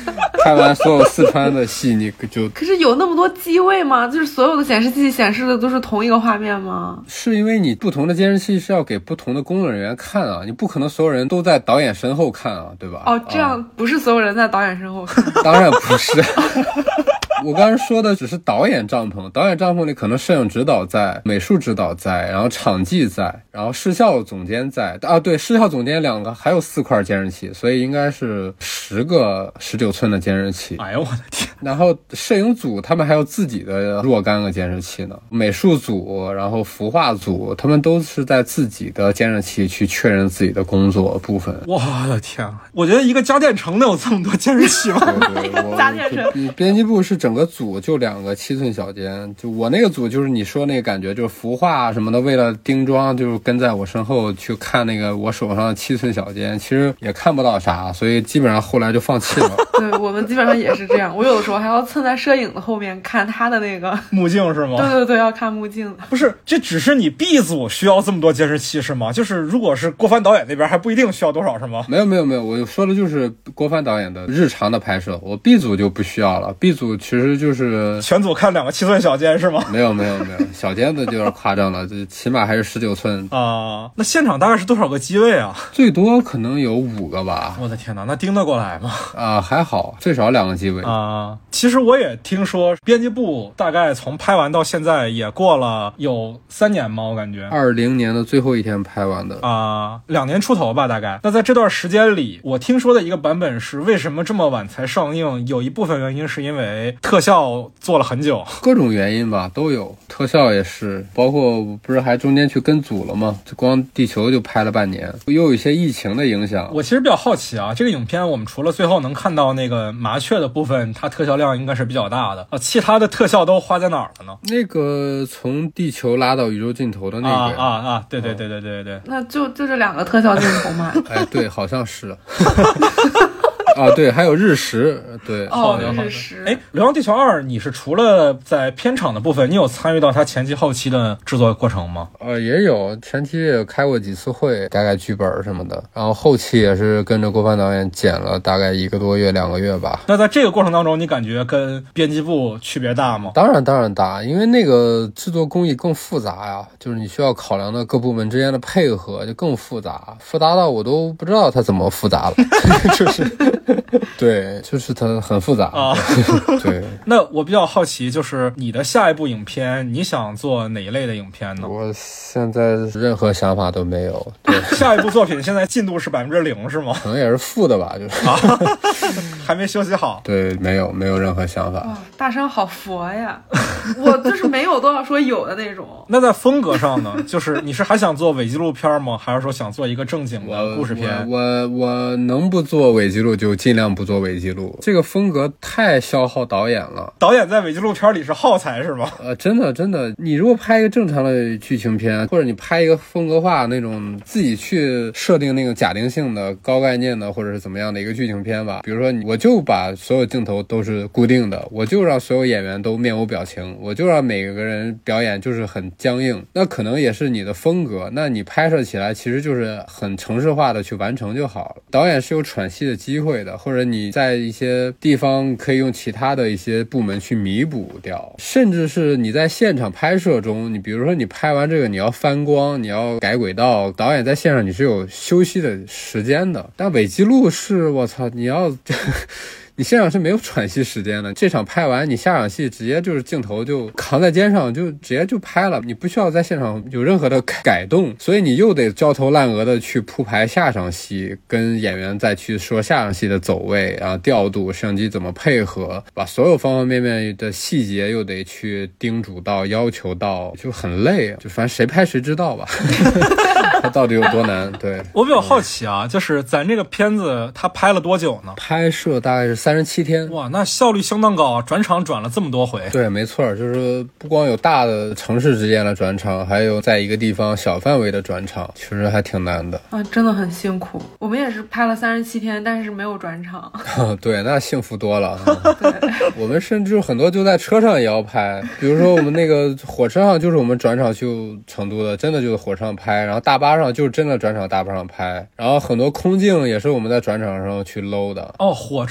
拍完所有四川的戏，你就可是有那么多机位吗？就是所有的显示器显示的都是同一个画面吗？ 是因为你不同的监视器是要给不同的工作人员看啊，你不可能所有人都在导演身后看啊，对吧？ 哦，这样不是所有人在导演身后看。 当然不是。我刚才说的只是导演帐篷，导演帐篷里可能摄影指导在，美术指导在，然后场记在，然后视效总监在啊，对，视效总监2个，还有4块监视器，所以应该是10个19寸的监视器。 哎呦我的天！ 然后摄影组他们还有自己的若干个监视器呢，美术组，然后服化组，他们都是在自己的监视器去确认自己的工作部分。 我的天！我觉得一个家电城能有这么多监视器吗？ 对对， 家电城编辑部是整个组就2个7寸小监，就我那个组就是你说那个感觉，就是服化什么的，为了盯妆就是跟在我身后去看那个我手上的7寸小监，其实也看不到啥，所以基本上后来就放弃了。 对，我们基本上也是这样，我有的时候还要蹭在摄影的后面看他的那个目镜是吗？ 对对对，要看目镜。 不是，这只是你 B 组需要这么多监视器是吗？就是如果是郭帆导演那边还不一定需要多少是吗？ 没有，我说的就是郭帆导演的日常的拍摄，我 B 组就不需要了。B 组其实就是全组看2个7寸小监是吗？ 没有，小监的就有点夸张了，这起码还是19寸啊。那现场大概是多少个机位啊？ 最多可能有5个吧。 我的天哪，那盯得过来吗？ 还好，最少2个机位啊。其实我也听说编辑部大概从拍完到现在也过了有3年吗？我感觉 20年的最后一天拍完的啊，2年出头吧大概。那在这段时间里，我听说的一个版本是为什么这么晚才上映，有一部分原因是因为特效做了很久， 各种原因吧都有，特效也是，包括不是还中间去跟组了吗？就光地球就拍了半年，又有一些疫情的影响。 我其实比较好奇啊，这个影片我们除了最后能看到那个麻雀的部分，它特效量应该是比较大的啊，其他的特效都花在哪儿了呢？ 那个从地球拉到宇宙尽头的那个对， 那就这2个特效镜头嘛。 哎，对，好像是。啊，对，还有日食，对， 哦，日食。 哎，《流浪地球2》，你是除了在片场的部分，你有参与到它前期后期的制作过程吗？ 也有，前期也开过几次会，改剧本什么的，然后后期也是跟着郭帆导演剪了大概1个多月、2个月吧。 那在这个过程当中，你感觉跟编辑部区别大吗？ 当然大，因为那个制作工艺更复杂呀，就是你需要考量的各部门之间的配合就更复杂到我都不知道它怎么复杂了，就是。对，就是它很复杂啊。对， 那我比较好奇，就是你的下一部影片，你想做哪一类的影片呢？ 我现在任何想法都没有。对， 下一部作品现在进度是0%是吗？ 可能也是负的吧，就是还没休息好。 对，没有任何想法。 哇，大山好佛呀！我就是没有都要说有的那种。 那在风格上呢？就是你是还想做伪纪录片吗？还是说想做一个正经的故事片？ 我能不做伪纪录就尽量不做伪纪录，这个风格太消耗导演了。 导演在伪纪录片里是耗材是吗？ 真的，你如果拍一个正常的剧情片，或者你拍一个风格化那种自己去设定那个假定性的高概念的或者是怎么样的一个剧情片吧，比如说我就把所有镜头都是固定的，我就让所有演员都面无表情，我就让每个人表演就是很僵硬，那可能也是你的风格，那你拍摄起来其实就是很程式化的去完成就好了。导演是有喘息的机会的，或者你在一些地方可以用其他的一些部门去弥补掉，甚至是你在现场拍摄中，你比如说你拍完这个你要翻光，你要改轨道，导演在现场你是有休息的时间的。但伪纪录是我操，你要你现场是没有喘息时间的，这场拍完你下场戏直接就是镜头就扛在肩上就直接就拍了，你不需要在现场有任何的改动，所以你又得焦头烂额的去铺排下场戏，跟演员再去说下场戏的走位，然后调度摄机怎么配合，把所有方方面面的细节又得去叮嘱到要求到，就很累，就反正谁拍谁知道吧它到底有多难。对， 我比较好奇啊，就是咱这个片子它拍了多久呢？ 拍摄大概是37天。 哇，那效率相当高，转场转了这么多回。 对，没错，就是不光有大的城市之间的转场，还有在一个地方小范围的转场，其实还挺难的啊，真的很辛苦。我们也是拍了37天，但是没有转场。 对，那幸福多了。 对， 我们甚至很多就在车上也要拍，比如说我们那个火车上就是我们转场去成都的，真的就是火车上拍，然后大巴上就是真的转场大巴上拍，然后很多空镜也是我们在转场上去搂的。 哦，火车那个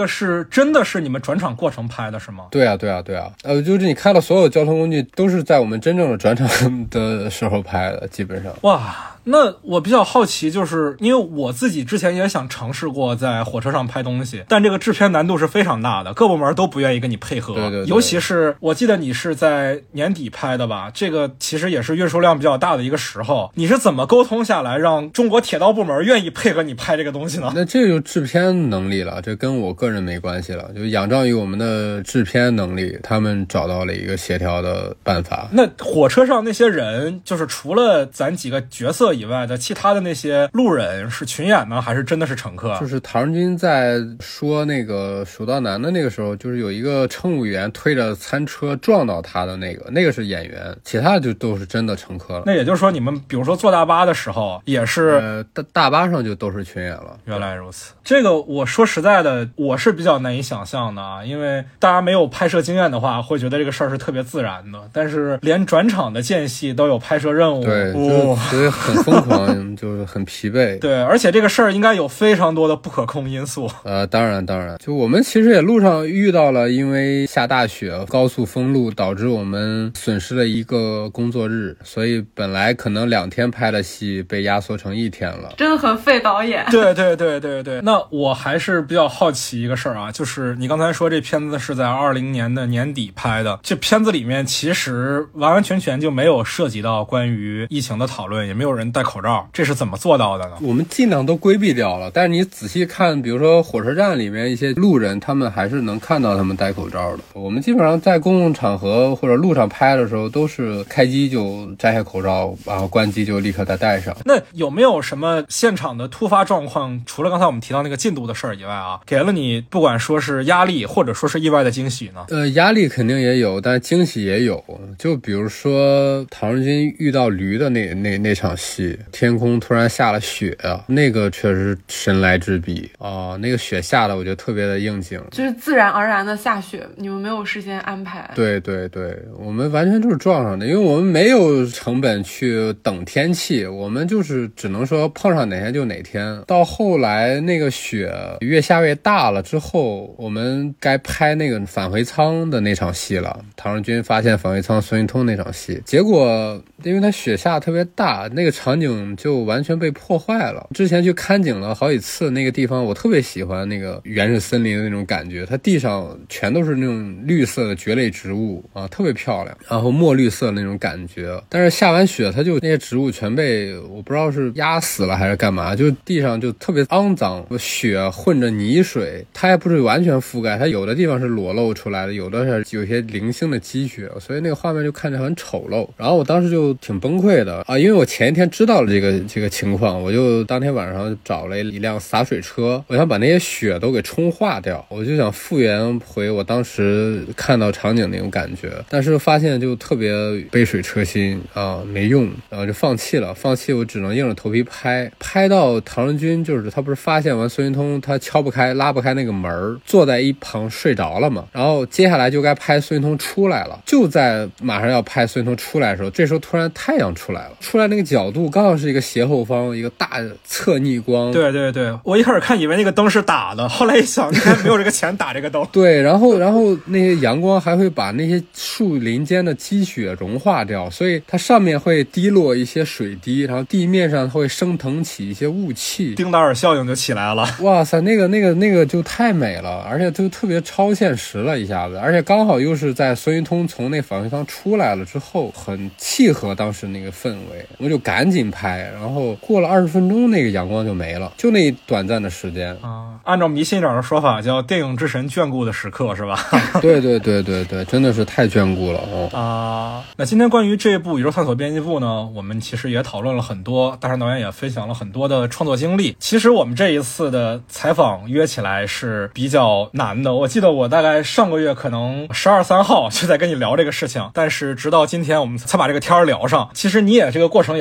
个是真的是你们转场过程拍的是吗？ 对啊，就是你看到所有交通工具都是在我们真正的转场的时候拍的，基本上。 哇，那我比较好奇，就是因为我自己之前也想尝试过在火车上拍东西，但这个制片难度是非常大的，各部门都不愿意跟你配合。 对， 尤其是我记得你是在年底拍的吧，这个其实也是运输量比较大的一个时候，你是怎么沟通下来让中国铁道部门愿意配合你拍这个东西呢？ 那这就制片能力了，这跟我个人没关系了，就仰仗于我们的制片能力，他们找到了一个协调的办法。 那火车上那些人，就是除了咱几个角色以外的其他的那些路人，是群演呢，还是真的是乘客？ 就是唐人军在说那个蜀道难的那个时候，就是有一个乘务员推着餐车撞到他的那个是演员，其他的就都是真的乘客了。 那也就是说，你们比如说坐大巴的时候，也是大巴上就都是群演了。 原来如此，这个我说实在的，我是比较难以想象的啊，因为大家没有拍摄经验的话，会觉得这个事儿是特别自然的。但是连转场的间隙都有拍摄任务， 对，就所以很疯狂，就是很疲惫。 对，而且这个事儿应该有非常多的不可控因素。 当然，就我们其实也路上遇到了，因为下大雪、高速封路，导致我们损失了一个工作日，所以本来可能2天拍的戏被压缩成1天了， 真的很费导演。 对。那我还是比较好奇一个事儿啊，就是你刚才说这片子是在20年的年底拍的，这片子里面其实完完全全就没有涉及到关于疫情的讨论，也没有人戴口罩，这是怎么做到的呢？ 我们尽量都规避掉了，但是你仔细看，比如说火车站里面一些路人，他们还是能看到他们戴口罩的。我们基本上在公共场合或者路上拍的时候，都是开机就摘下口罩，然后关机就立刻再戴上。 那有没有什么现场的突发状况，除了刚才我们提到那个进度的事儿以外啊，给了你不管说是压力或者说是意外的惊喜呢？ 压力肯定也有，但惊喜也有。就比如说唐人军遇到驴的那场戏，天空突然下了雪啊，那个确实神来之笔啊，那个雪下的我觉得特别的应景， 就是自然而然的下雪，你们没有事先安排。 对，我们完全就是撞上的，因为我们没有成本去等天气，我们就是只能说碰上哪天就哪天。到后来那个雪越下越大了之后，我们该拍那个返回舱的那场戏了，唐人军发现返回舱孙运通那场戏，结果因为它雪下特别大，那个场景就完全被破坏了。之前去看景了好几次，那个地方我特别喜欢那个原始森林的那种感觉，它地上全都是那种绿色的蕨类植物啊，特别漂亮，然后墨绿色的那种感觉。但是下完雪，它就那些植物全被我不知道是压死了还是干嘛，就地上就特别肮脏，雪混着泥水，它也不是完全覆盖，它有的地方是裸露出来的，有的是有些零星的积雪，所以那个画面就看着很丑陋。然后我当时就挺崩溃的啊，因为我前一天知道了这个情况，我就当天晚上找了一辆洒水车，我想把那些雪都给冲化掉，我就想复原回我当时看到场景那种感觉，但是发现就特别杯水车薪啊，没用，然后就放弃了，我只能硬着头皮拍到唐人军，就是他不是发现完孙运通他敲不开拉不开那个门，坐在一旁睡着了嘛，然后接下来就该拍孙运通出来了，就在马上要拍孙运通出来的时候，这时候突然太阳出来了，出来那个角度刚好是一个斜后方一个大侧逆光。 对，我一开始看以为那个灯是打的，后来一想应该没有这个钱打这个灯。 对，然后那些阳光还会把那些树林间的积雪融化掉，所以它上面会滴落一些水滴，然后地面上会升腾起一些雾气， 丁达尔效应就起来了。 哇塞，那个就太美了，而且就特别超现实了一下子，而且刚好又是在孙运通从那返回舱出来了之后，很契合当时那个氛围，我就赶紧拍，然后过了20分钟那个阳光就没了，就那短暂的时间啊。按照迷信一点的说法叫电影之神眷顾的时刻是吧？ 对，真的是太眷顾了那今天关于这部宇宙探索编辑部呢，我们其实也讨论了很多，大山导演也分享了很多的创作经历。其实我们这一次的采访约起来是比较难的，我记得我大概上个月可能12、13号就在跟你聊这个事情，但是直到今天我们才把这个天聊上。其实你也这个过程也经历了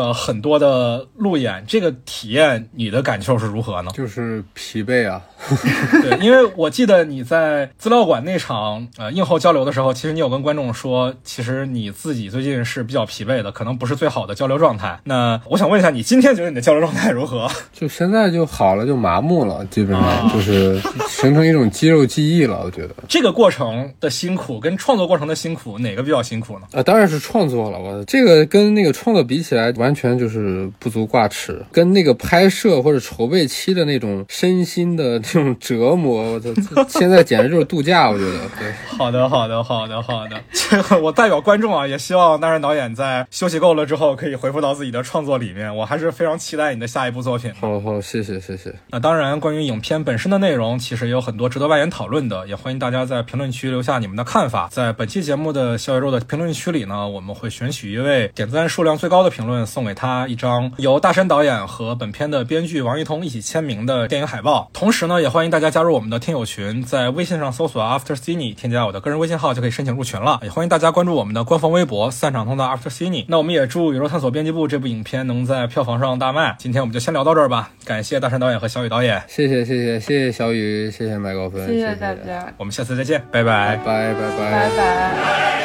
了很多的路演，这个体验你的感受是如何呢？ 就是疲惫啊。 对，因为我记得你在资料馆那场映后交流的时候，其实你有跟观众说，其实你自己最近是比较疲惫的，可能不是最好的交流状态。那我想问一下，你今天觉得你的交流状态如何？ 就现在就好了，就麻木了，基本上就是形成一种肌肉记忆了。我觉得这个过程的辛苦跟创作过程的辛苦哪个比较辛苦呢？ 当然是创作了。我这个跟那个创作比起来，完全就是不足挂齿。跟那个拍摄或者筹备期的那种身心的这种折磨，现在简直就是度假。我觉得对。 好的。这个我代表观众啊，也希望大山导演在休息够了之后，可以恢复到自己的创作里面。我还是非常期待你的下一部作品。 好，谢谢。 那当然，关于影片本身的内容，其实也有很多值得外延讨论的，也欢迎大家在评论区留下你们的看法。在本期节目的小宇宙的评论区里呢，我们会选取一位点赞数量最高的评论，送给他一张由大山导演和本片的编剧王一通一起签名的电影海报。同时呢，也欢迎大家加入我们的听友群，在微信上搜索 After Cine， 添加我的个人微信号就可以申请入群了。也欢迎大家关注我们的官方微博散场通的 After Cine。那我们也祝宇宙探索编辑部这部影片能在票房上大卖。今天我们就先聊到这儿吧，感谢大山导演和小雨导演。 谢谢小雨，谢谢麦高芬， 谢谢大家， 我们下次再见，拜拜。 拜拜。